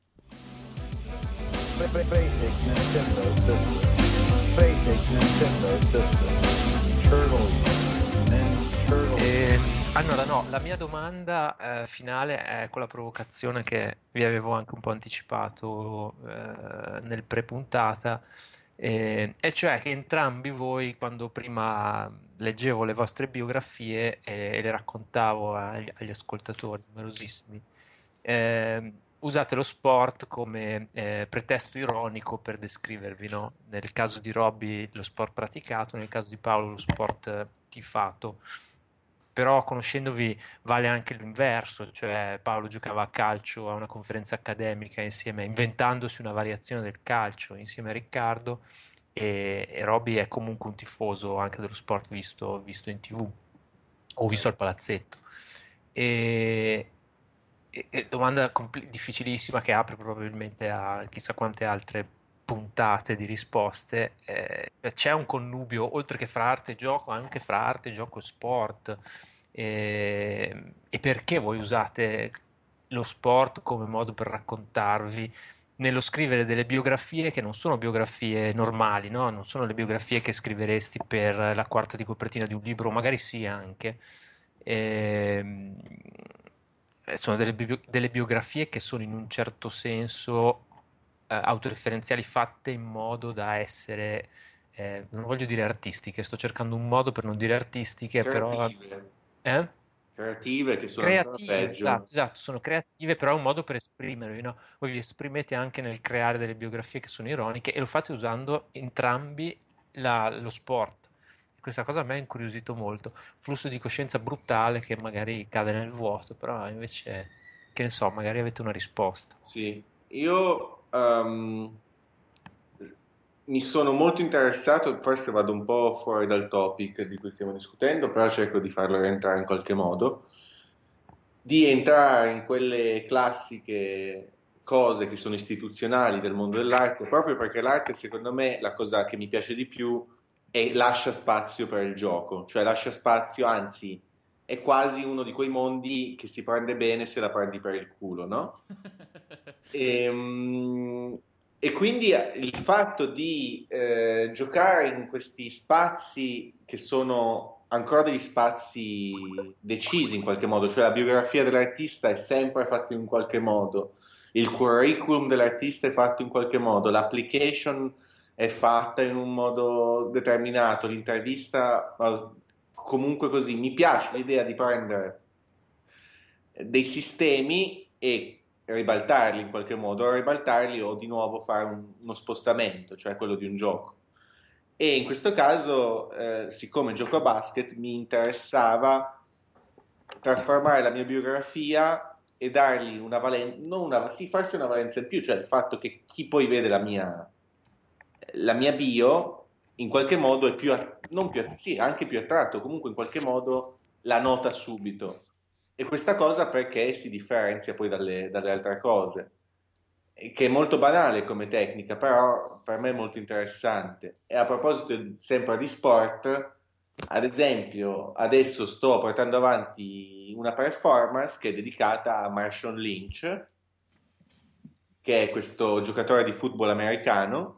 Basic Nintendo system. Basic Nintendo system. Turtles. Ninja Turtles. Eh, allora, no, la mia domanda eh, finale è quella provocazione che vi avevo anche un po' anticipato eh, nel pre-puntata, eh, e cioè che entrambi voi, quando prima leggevo le vostre biografie e, e le raccontavo agli, agli ascoltatori numerosissimi, eh, usate lo sport come eh, pretesto ironico per descrivervi, no? Nel caso di Robby lo sport praticato, nel caso di Paolo lo sport eh, tifato. Però conoscendovi vale anche l'inverso, cioè Paolo giocava a calcio a una conferenza accademica insieme, inventandosi una variazione del calcio insieme a Riccardo, e, e Robby è comunque un tifoso anche dello sport visto, visto in T V o visto al palazzetto. E, e- e domanda compl- difficilissima che apre probabilmente a chissà quante altre puntate di risposte. Eh, c'è un connubio oltre che fra arte e gioco, anche fra arte, gioco e sport. E, e perché voi usate lo sport come modo per raccontarvi nello scrivere delle biografie che non sono biografie normali, no? Non sono le biografie che scriveresti per la quarta di copertina di un libro, magari sì anche. Ehm, eh, sono delle, bio- delle biografie che sono in un certo senso eh, autoreferenziali, fatte in modo da essere, eh, non voglio dire artistiche, sto cercando un modo per non dire artistiche, però... Creative. Eh? creative che sono ancora creative, peggio. esatto, esatto, sono creative, però è un modo per esprimervi, no? Voi vi esprimete anche nel creare delle biografie che sono ironiche e lo fate usando entrambi la- lo sport. Questa cosa a me ha incuriosito molto. Flusso di coscienza brutale che magari cade nel vuoto, però invece, che ne so, magari avete una risposta. Sì, io ehm, mi sono molto interessato, forse vado un po' fuori dal topic di cui stiamo discutendo, però cerco di farlo rientrare in qualche modo, di entrare in quelle classiche cose che sono istituzionali del mondo dell'arte, proprio perché l'arte, secondo me, la cosa che mi piace di più è lascia spazio per il gioco, cioè lascia spazio, anzi, è quasi uno di quei mondi che si prende bene se la prendi per il culo, no? E, mm, e quindi eh, il fatto di eh, giocare in questi spazi che sono ancora degli spazi decisi in qualche modo, cioè la biografia dell'artista è sempre fatta in qualche modo, il curriculum dell'artista è fatto in qualche modo, l'application è fatta in un modo determinato, l'intervista eh, comunque così. Mi piace l'idea di prendere dei sistemi e ribaltarli in qualche modo, o ribaltarli o di nuovo fare un- uno spostamento, cioè quello di un gioco. E in questo caso, eh, siccome gioco a basket, mi interessava trasformare la mia biografia e dargli una valenza, non una, sì, forse una valenza in più, cioè il fatto che chi poi vede la mia, la mia bio in qualche modo è più, a- non più, a- sì, anche più attratto, comunque in qualche modo la nota subito. E questa cosa perché si differenzia poi dalle, dalle altre cose, e che è molto banale come tecnica, però per me è molto interessante. E a proposito di- sempre di sport, ad esempio, adesso sto portando avanti una performance che è dedicata a Marshawn Lynch, che è questo giocatore di football americano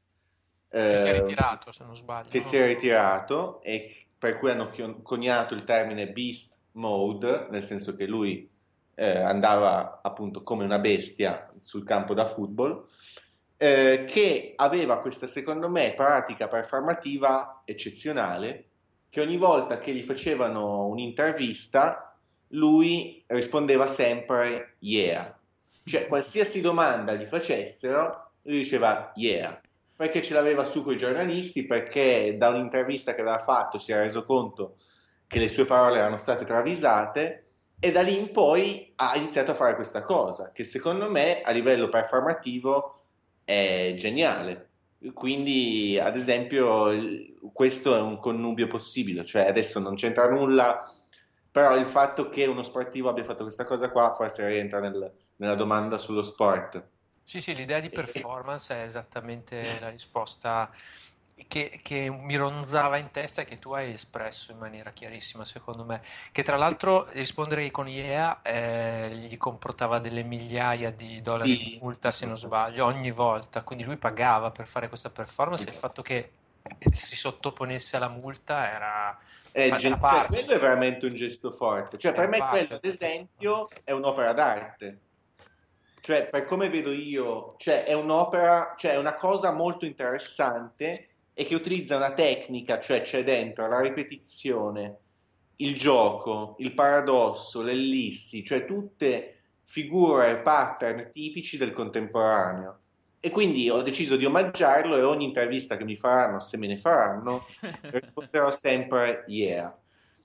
Che si è eh, ritirato, se non sbaglio, che no? si è ritirato e per cui hanno chio- coniato il termine beast mode, nel senso che lui eh, andava appunto come una bestia sul campo da football, eh, che aveva questa, secondo me, pratica performativa eccezionale, che ogni volta che gli facevano un'intervista, lui rispondeva sempre yeah. Cioè, qualsiasi domanda gli facessero, lui diceva yeah, perché ce l'aveva su con i giornalisti, perché da un'intervista che aveva fatto si era reso conto che le sue parole erano state travisate e da lì in poi ha iniziato a fare questa cosa, che secondo me a livello performativo è geniale. Quindi, ad esempio, il- questo è un connubio possibile, cioè adesso non c'entra nulla, però il fatto che uno sportivo abbia fatto questa cosa qua forse rientra nel- nella domanda sullo sport. Sì, sì, l'idea di E- performance è esattamente la risposta che, che mi ronzava in testa e che tu hai espresso in maniera chiarissima, secondo me. Che tra l'altro rispondere con yeah eh, gli comportava delle migliaia di dollari di Sì, multa, se non sbaglio, ogni volta. Quindi lui pagava per fare questa performance e il fatto che si sottoponesse alla multa era, è fa- era gen- cioè, quello parte, è veramente un gesto forte. Cioè, per era me quello, parte ad della esempio, performance. è un'opera d'arte. Cioè, per come vedo io, cioè, è un'opera, cioè, è una cosa molto interessante e che utilizza una tecnica, cioè c'è dentro la ripetizione, il gioco, il paradosso, l'ellissi, cioè tutte figure, pattern tipici del contemporaneo. E quindi ho deciso di omaggiarlo e ogni intervista che mi faranno, se me ne faranno, risponderò sempre yeah.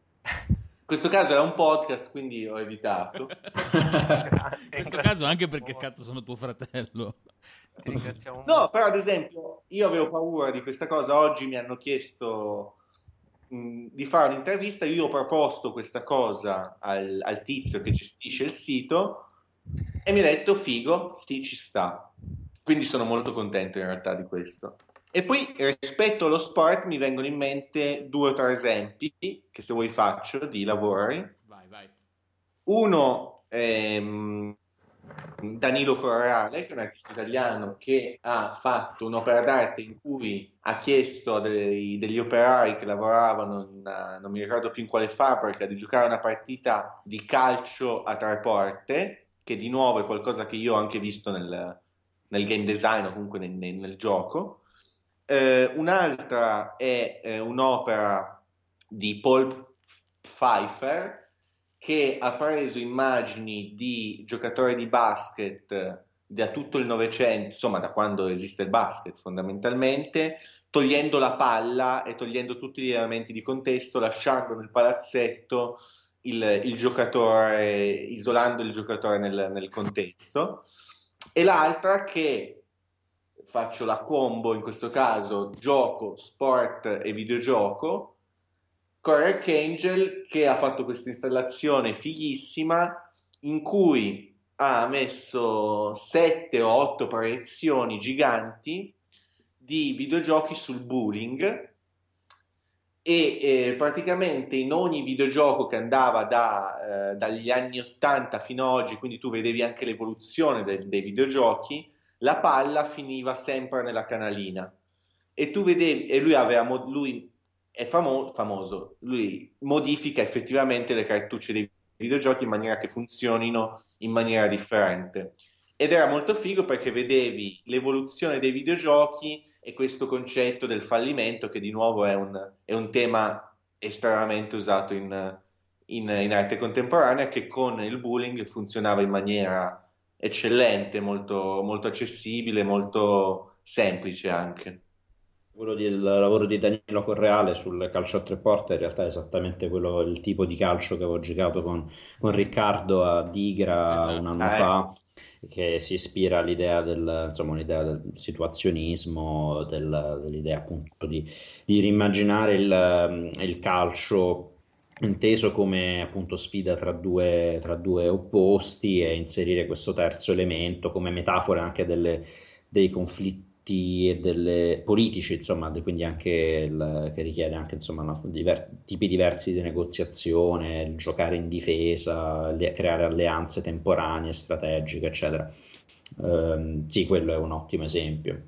In questo caso è un podcast, quindi ho evitato. Gra- In ti questo caso ringraziamo anche perché molto. cazzo sono tuo fratello. Ti ringraziamo No, molto. però ad esempio, io avevo paura di questa cosa. Oggi mi hanno chiesto mh, di fare un'intervista. Io ho proposto questa cosa al, al tizio che gestisce il sito e mi ha detto: figo, sì, ci sta. Quindi sono molto contento in realtà di questo. E poi rispetto allo sport mi vengono in mente due o tre esempi che se vuoi faccio di lavori. Vai, vai. Uno è mm, Danilo Corrale, che è un artista italiano che ha fatto un'opera d'arte in cui ha chiesto a dei- degli operai che lavoravano in una- non mi ricordo più in quale fabbrica, di giocare una partita di calcio a tre porte, che di nuovo è qualcosa che io ho anche visto nel, nel game design o comunque nel, nel- nel gioco. Eh, un'altra è eh, un'opera di Paul Pfeiffer che ha preso immagini di giocatori di basket da tutto il Novecento, insomma da quando esiste il basket fondamentalmente, togliendo la palla e togliendo tutti gli elementi di contesto, lasciando nel palazzetto il, il giocatore, isolando il giocatore nel, nel contesto. E l'altra che faccio la combo in questo caso gioco, sport e videogioco, Correc Angel, che ha fatto questa installazione fighissima in cui ha messo sette o otto proiezioni giganti di videogiochi sul bowling e eh, praticamente in ogni videogioco che andava da, eh, dagli anni ottanta fino ad oggi, quindi tu vedevi anche l'evoluzione de- dei videogiochi, la palla finiva sempre nella canalina e tu vedevi, e lui aveva mo- lui è famo- famoso, lui modifica effettivamente le cartucce dei videogiochi in maniera che funzionino in maniera differente ed era molto figo perché vedevi l'evoluzione dei videogiochi e questo concetto del fallimento che di nuovo è un, è un tema estremamente usato in, in, in arte contemporanea che con il bowling funzionava in maniera eccellente, molto, molto accessibile, molto semplice anche. Quello del lavoro di Danilo Correale sul calcio a tre porte in realtà è esattamente quello, il tipo di calcio che avevo giocato con, con Riccardo a Digra un Esatto. anno Ah, fa, che si ispira all'idea del, insomma, un'idea del situazionismo, del- dell'idea appunto di, di rimmaginare il, il calcio inteso come appunto sfida tra due, tra due opposti e inserire questo terzo elemento come metafora anche delle dei conflitti e delle politici, insomma, de- quindi anche il, che richiede anche insomma una- diver- tipi diversi di negoziazione, il giocare in difesa, le- creare alleanze temporanee, strategiche, eccetera. Ehm, sì, quello è un ottimo esempio.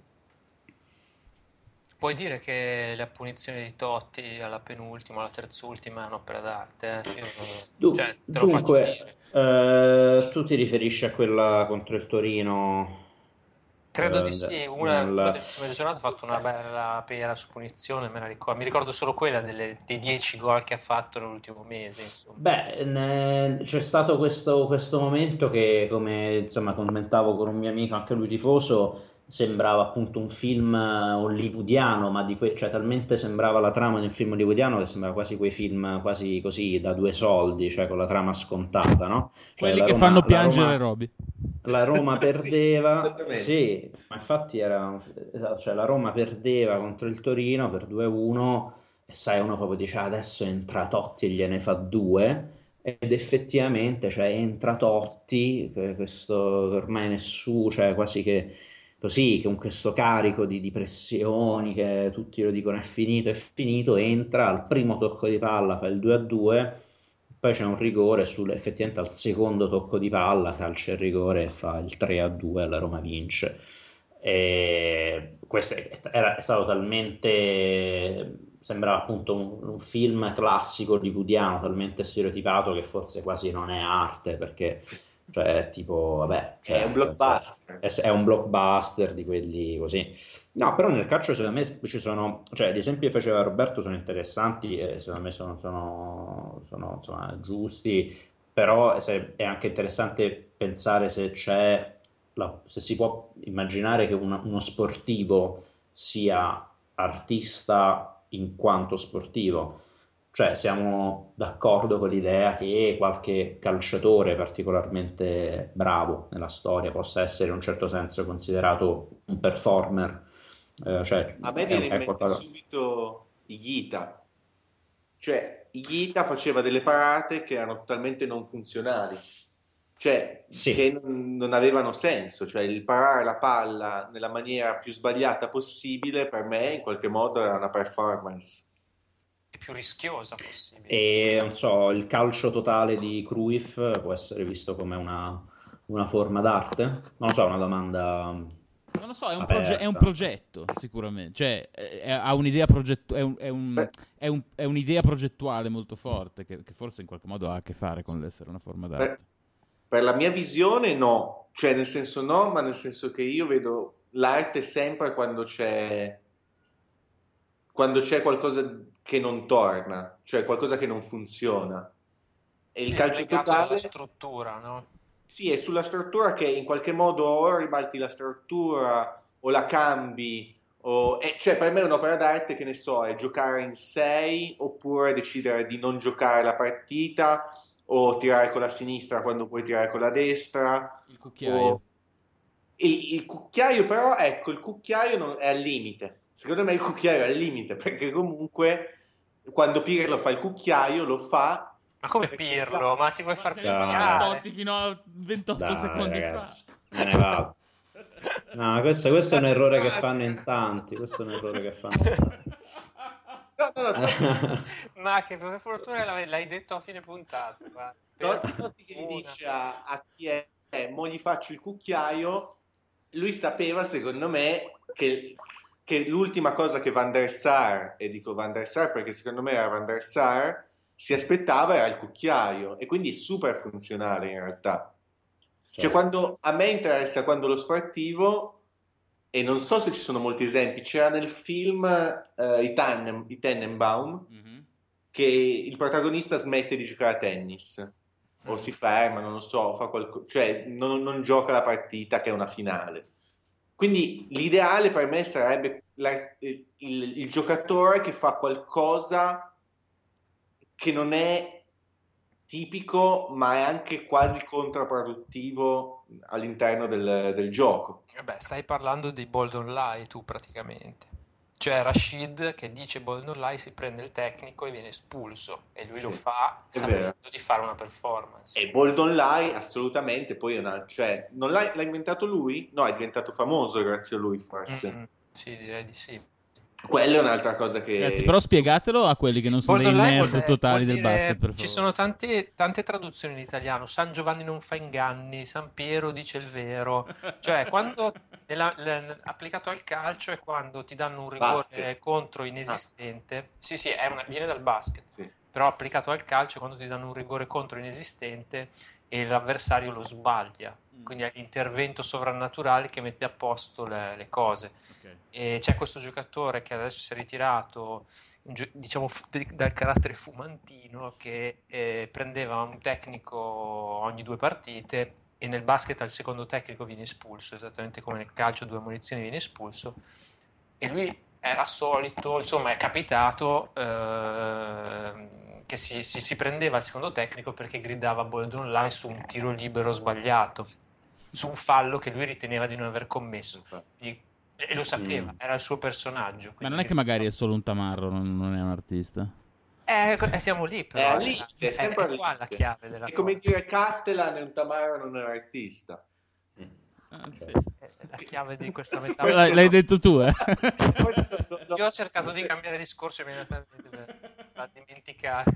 Puoi dire che la punizione di Totti alla penultima, alla terzultima è un'opera d'arte? eh? Io non- Du- cioè, te lo faccio dunque, dire. eh, tu ti riferisci a quella contro il Torino, Credo di eh, sì, una, una nel, delle ultime giornate ha fatto una bella pera su punizione, me la ricordo. Mi ricordo solo quella delle- dei dieci gol che ha fatto nell'ultimo mese, insomma. Beh, ne- c'è stato questo, questo momento che, come insomma commentavo con un mio amico, anche lui tifoso, sembrava appunto un film eh, hollywoodiano, ma di que- cioè talmente sembrava la trama di un film hollywoodiano che sembrava quasi quei film quasi così da due soldi, cioè con la trama scontata, no? Cioè Quelli la che Roma, fanno la piangere Roma, Roby. la Roma sì, perdeva, esattamente. sì, ma infatti era, esatto, cioè la Roma perdeva contro il Torino per due a uno e sai, uno proprio dice "Ah, adesso entra Totti e gliene fa due, ed effettivamente, cioè, entra Totti, que- questo che ormai nessuno, cioè quasi che così, con questo carico di, di pressioni che tutti lo dicono è finito, è finito, entra al primo tocco di palla, fa il due a due, poi c'è un rigore, sul, effettivamente al secondo tocco di palla calcia il rigore e fa il tre a due, la Roma vince. E questo è, era- è stato talmente, sembrava appunto un, un film classico hollywoodiano, talmente stereotipato che forse quasi non è arte, perché cioè, è tipo, vabbè, È cioè, un nel senso, è, blockbuster. è un blockbuster di quelli così. No, però nel calcio secondo me ci sono, cioè gli esempi che faceva Roberto sono interessanti e secondo me sono, sono- sono, insomma, giusti, però se- è anche interessante pensare se c'è, la- se si può immaginare che una- uno sportivo sia artista in quanto sportivo. Cioè, siamo d'accordo con l'idea che qualche calciatore particolarmente bravo nella storia possa essere in un certo senso considerato un performer, eh, cioè A me è, viene in è mente qualcosa. subito Higuita, cioè Higuita faceva delle parate che erano totalmente non funzionali, cioè che Sì, non, non avevano senso, cioè il parare la palla nella maniera più sbagliata possibile per me in qualche modo era una performance. È più rischiosa possibile. e non so, il calcio totale di Cruyff può essere visto come una, una forma d'arte? Non lo so, una domanda Non lo so, è un, proge- è un aperta. progetto, sicuramente. Cioè, è- è- ha un'idea progettu- è, un- è un- Per, è un- è un'idea progettuale molto forte, che, che forse in qualche modo ha a che fare con l'essere una forma d'arte. per- per la mia visione no, cioè nel senso no, ma nel senso che io vedo l'arte sempre quando c'è quando c'è qualcosa che non torna, cioè qualcosa che non funziona. E Sì, il è calcio legato alla totale, struttura, no? sì, è sulla struttura che in qualche modo o ribalti la struttura o la cambi, o, e cioè per me un'opera d'arte, che ne so, è giocare in sei oppure decidere di non giocare la partita o tirare con la sinistra quando puoi tirare con la destra. Il O... cucchiaio. Il, il cucchiaio però, ecco, il cucchiaio non, è al limite. Secondo me il cucchiaio è al limite perché comunque quando Pirlo fa il cucchiaio lo fa Ma come perché sa... Pirlo? Ma ti vuoi Ma far te ne parlavi pagare? Totti fino a ventotto Dai, secondi ragazzi, fa. me ne vado. No, questo, questo è un Ah, errore che scusate, fanno in ragazzi. tanti. Questo è un errore che fanno in tanti. No, no, no, Totti, Ma che per fortuna l'hai l'hai detto a fine puntata. guarda. Per Totti, Totti che gli fortuna. dice a, a chi è, eh, mo gli faccio il cucchiaio, lui sapeva, secondo me, che, che l'ultima cosa che Van der Sar, e dico Van der Sar perché secondo me era Van der Sar, si aspettava era il cucchiaio, e quindi è super funzionale in realtà. Cioè, Certo. quando a me interessa quando lo sportivo, e non so se ci sono molti esempi, c'era nel film eh, i, Tannen- i Tannenbaum, Mhm. che il protagonista smette di giocare a tennis o Mm. si ferma, non lo so, fa qualcosa, cioè non, non gioca la partita che è una finale. Quindi l'ideale per me sarebbe la- il, il- il giocatore che fa qualcosa che non è tipico, ma è anche quasi contraproduttivo all'interno del, del gioco. Vabbè, stai parlando di Bold Online tu praticamente. Cioè Rashid che dice Bold Online si prende il tecnico e viene espulso e lui lo Sì, fa è vero. sapendo di fare una performance. E Bold Online assolutamente, poi è una, cioè, non l'ha, l'ha inventato lui? No, è diventato famoso grazie a lui forse. Mm, sì, direi di sì. Quella è un'altra cosa che... Ragazzi, però spiegatelo a quelli che non sono Bold dei Online nerd vuol- eh, totali vuol del dire- basket, per ci favore. sono tante, tante traduzioni in italiano. San Giovanni non fa inganni, San Piero dice il vero. Cioè, quando nella- l- applicato al calcio è quando ti danno un rigore Basket. contro inesistente. Sì, sì, è una- viene dal basket. Sì. Però applicato al calcio è quando ti danno un rigore contro inesistente e l'avversario lo sbaglia. Mm. Quindi è l'intervento sovrannaturale che mette a posto le, le cose. Ok. E c'è questo giocatore che adesso si è ritirato, un gio- diciamo fu- de- dal carattere fumantino, che eh, prendeva un tecnico ogni due partite e nel basket al secondo tecnico viene espulso, esattamente come nel calcio due ammonizioni viene espulso, e lui era solito, insomma è capitato ehm, che si, si- si prendeva il secondo tecnico perché gridava Bold Online su un tiro libero sbagliato, su un fallo che lui riteneva di non aver commesso. Quindi- e lo sapeva, Mm. era il suo personaggio. Ma quindi non è che magari è solo un tamarro, non, non è un artista. Eh, eh, siamo lì È però. al limite, è sempre al è qua la limite. chiave della È come cosa. dire Cattelan è un Tamaro, non è un artista. Ah, sì. È la chiave di questa Questo metafora. L'hai, l'hai detto tu, eh? Io ho cercato di cambiare discorso immediatamente per far dimenticare.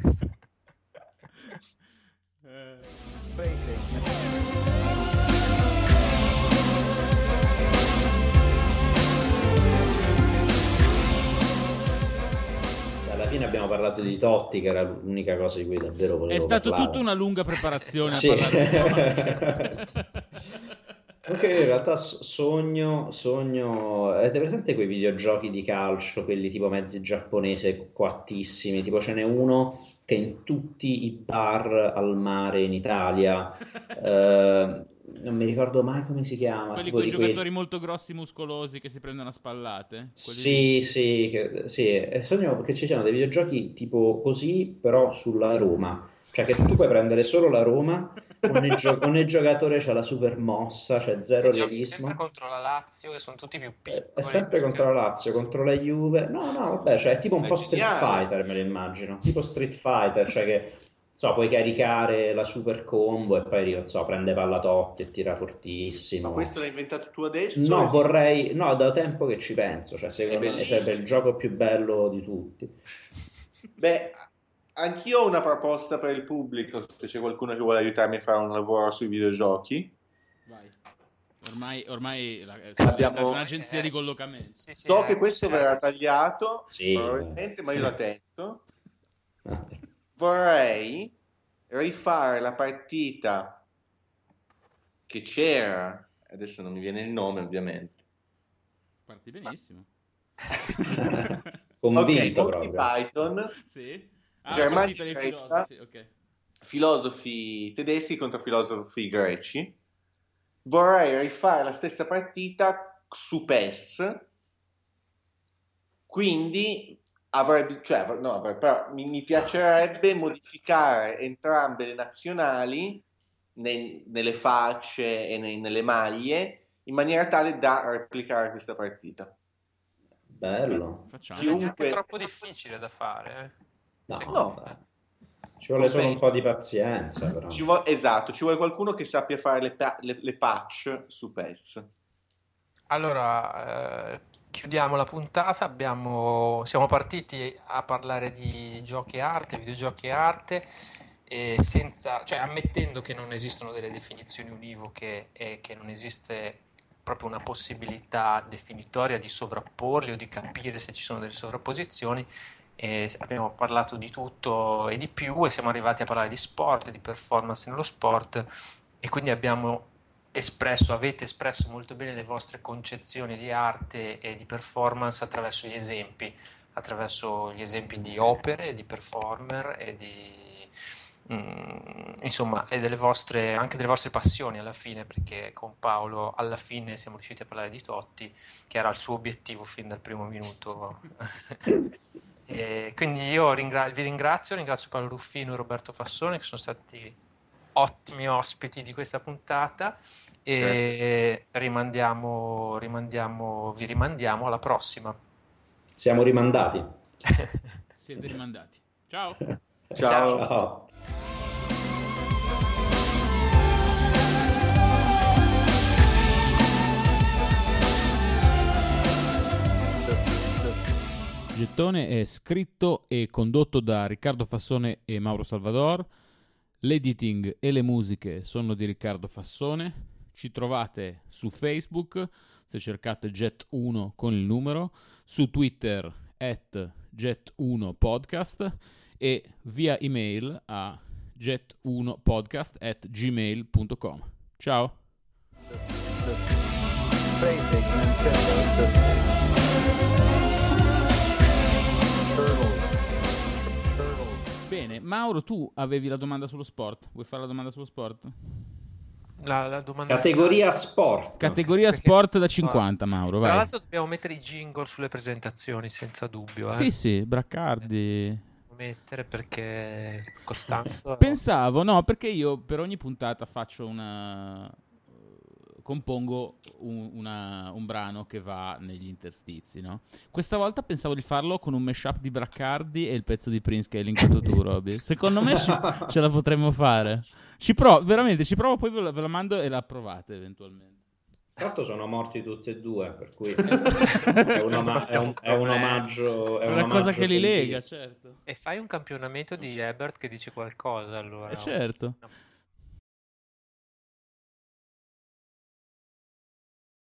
Alla fine abbiamo parlato di Totti, che era l'unica cosa di cui davvero volevo È stato parlare. tutta una lunga preparazione Sì. a parlare di Totti. Perché in realtà s- sogno, sogno, avete presente quei videogiochi di calcio, quelli tipo mezzi giapponese coattissimi, tipo ce n'è uno che in tutti i bar al mare in Italia, eh, non mi ricordo mai come si chiama, Quelli tipo con i di quei- giocatori molto grossi, muscolosi che si prendono a spallate. Quelli Sì, sì, che- sì, e sogno che ci siano dei videogiochi tipo così, però sulla Roma. Cioè che tu puoi prendere solo la Roma, ogni, gio- ogni giocatore c'ha la super mossa, c'è zero E giochi sempre realismo. contro la Lazio, che sono tutti più piccoli. È è sempre più contro la Lazio, scarsi. contro la Juve. No, no, vabbè, cioè è tipo un È po' Street geniale. Fighter, me lo immagino. Tipo Street Fighter, cioè che so, puoi caricare la super combo e poi non so, prende palla Totti e tira fortissimo. Ma questo l'hai inventato tu adesso? No, Esiste? vorrei, no, da tempo che ci penso, cioè secondo È me sarebbe il bellissimo. gioco più bello di tutti. Beh, anch'io ho una proposta per il pubblico, se c'è qualcuno che vuole aiutarmi a fare un lavoro sui videogiochi. Vai. Ormai, ormai la, è Abbiamo- un'agenzia di collocamento. Sì, sì, So eh, che questo sì, verrà eh, tagliato, Sì, probabilmente, ma io sì. l'attento. Vorrei rifare la partita che c'era, adesso non mi viene il nome ovviamente. Parti benissimo. Convinto Ok, Monty proprio. Python, Sì. Ah, Germania partita dei Grecia. filosofi, ok. filosofi tedeschi contro filosofi greci. Vorrei rifare la stessa partita su PES, quindi avrei, cioè, no, avrei, però mi, mi piacerebbe modificare entrambe le nazionali ne, nelle facce e ne, nelle maglie in maniera tale da replicare questa partita. Bello. Facciamo. Non è Chiunque- neanche troppo difficile da fare. eh. No, Secondo no. me. Ci vuole solo un Compensa. po' di pazienza, però. Ci vuole, esatto, ci vuole qualcuno che sappia fare le, pa- le- le patch su PES. Allora, eh, chiudiamo la puntata. Abbiamo, siamo partiti a parlare di giochi e arte, videogiochi e arte, e senza, cioè ammettendo che non esistono delle definizioni univoche e che non esiste proprio una possibilità definitoria di sovrapporli o di capire se ci sono delle sovrapposizioni. E abbiamo parlato di tutto e di più e siamo arrivati a parlare di sport, di performance nello sport, e quindi abbiamo espresso, avete espresso molto bene le vostre concezioni di arte e di performance attraverso gli esempi, attraverso gli esempi di opere, di performer e di mm, insomma, e delle vostre, anche delle vostre passioni alla fine, perché con Paolo alla fine siamo riusciti a parlare di Totti, che era il suo obiettivo fin dal primo minuto. E quindi io ringra- vi ringrazio, ringrazio Paolo Ruffino e Roberto Fassone, che sono stati ottimi ospiti di questa puntata, e rimandiamo, rimandiamo, vi rimandiamo alla prossima. Siamo rimandati. Siete rimandati. Ciao. Ciao. Ciao. Gettone è scritto e condotto da Riccardo Fassone e Mauro Salvador. L'editing e le musiche sono di Riccardo Fassone. Ci trovate su Facebook se cercate Jet uno con il numero, su Twitter at Jet uno podcast e via email a jet uno podcast at gmail punto com. Ciao. Basic Nintendo system. Turtles. Turtles. Bene, Mauro, tu avevi la domanda sullo sport. Vuoi fare la domanda sullo sport? La, la domanda Categoria sport. Categoria Perché- sport da cinquanta, Mauro, Tra vai. l'altro dobbiamo mettere i jingle sulle presentazioni, senza dubbio. Eh. Sì, sì, Braccardi. Mettere perché Costanzo... Pensavo, no, perché io per ogni puntata faccio una... compongo un, una- un brano che va negli interstizi, no? Questa volta pensavo di farlo con un mashup di Braccardi e il pezzo di Prince che hai linkato tu, Roby. Secondo me ci- ce la potremmo fare. Ci provo, veramente, ci provo, poi ve la, ve la mando e la approvate eventualmente. Tra l'altro sono morti tutti e due, per cui è un, oma- è un- è un omaggio. È È un una cosa omaggio che li lega, bellissimo. certo. E fai un campionamento di Ebert che dice qualcosa, allora. Eh, certo. No.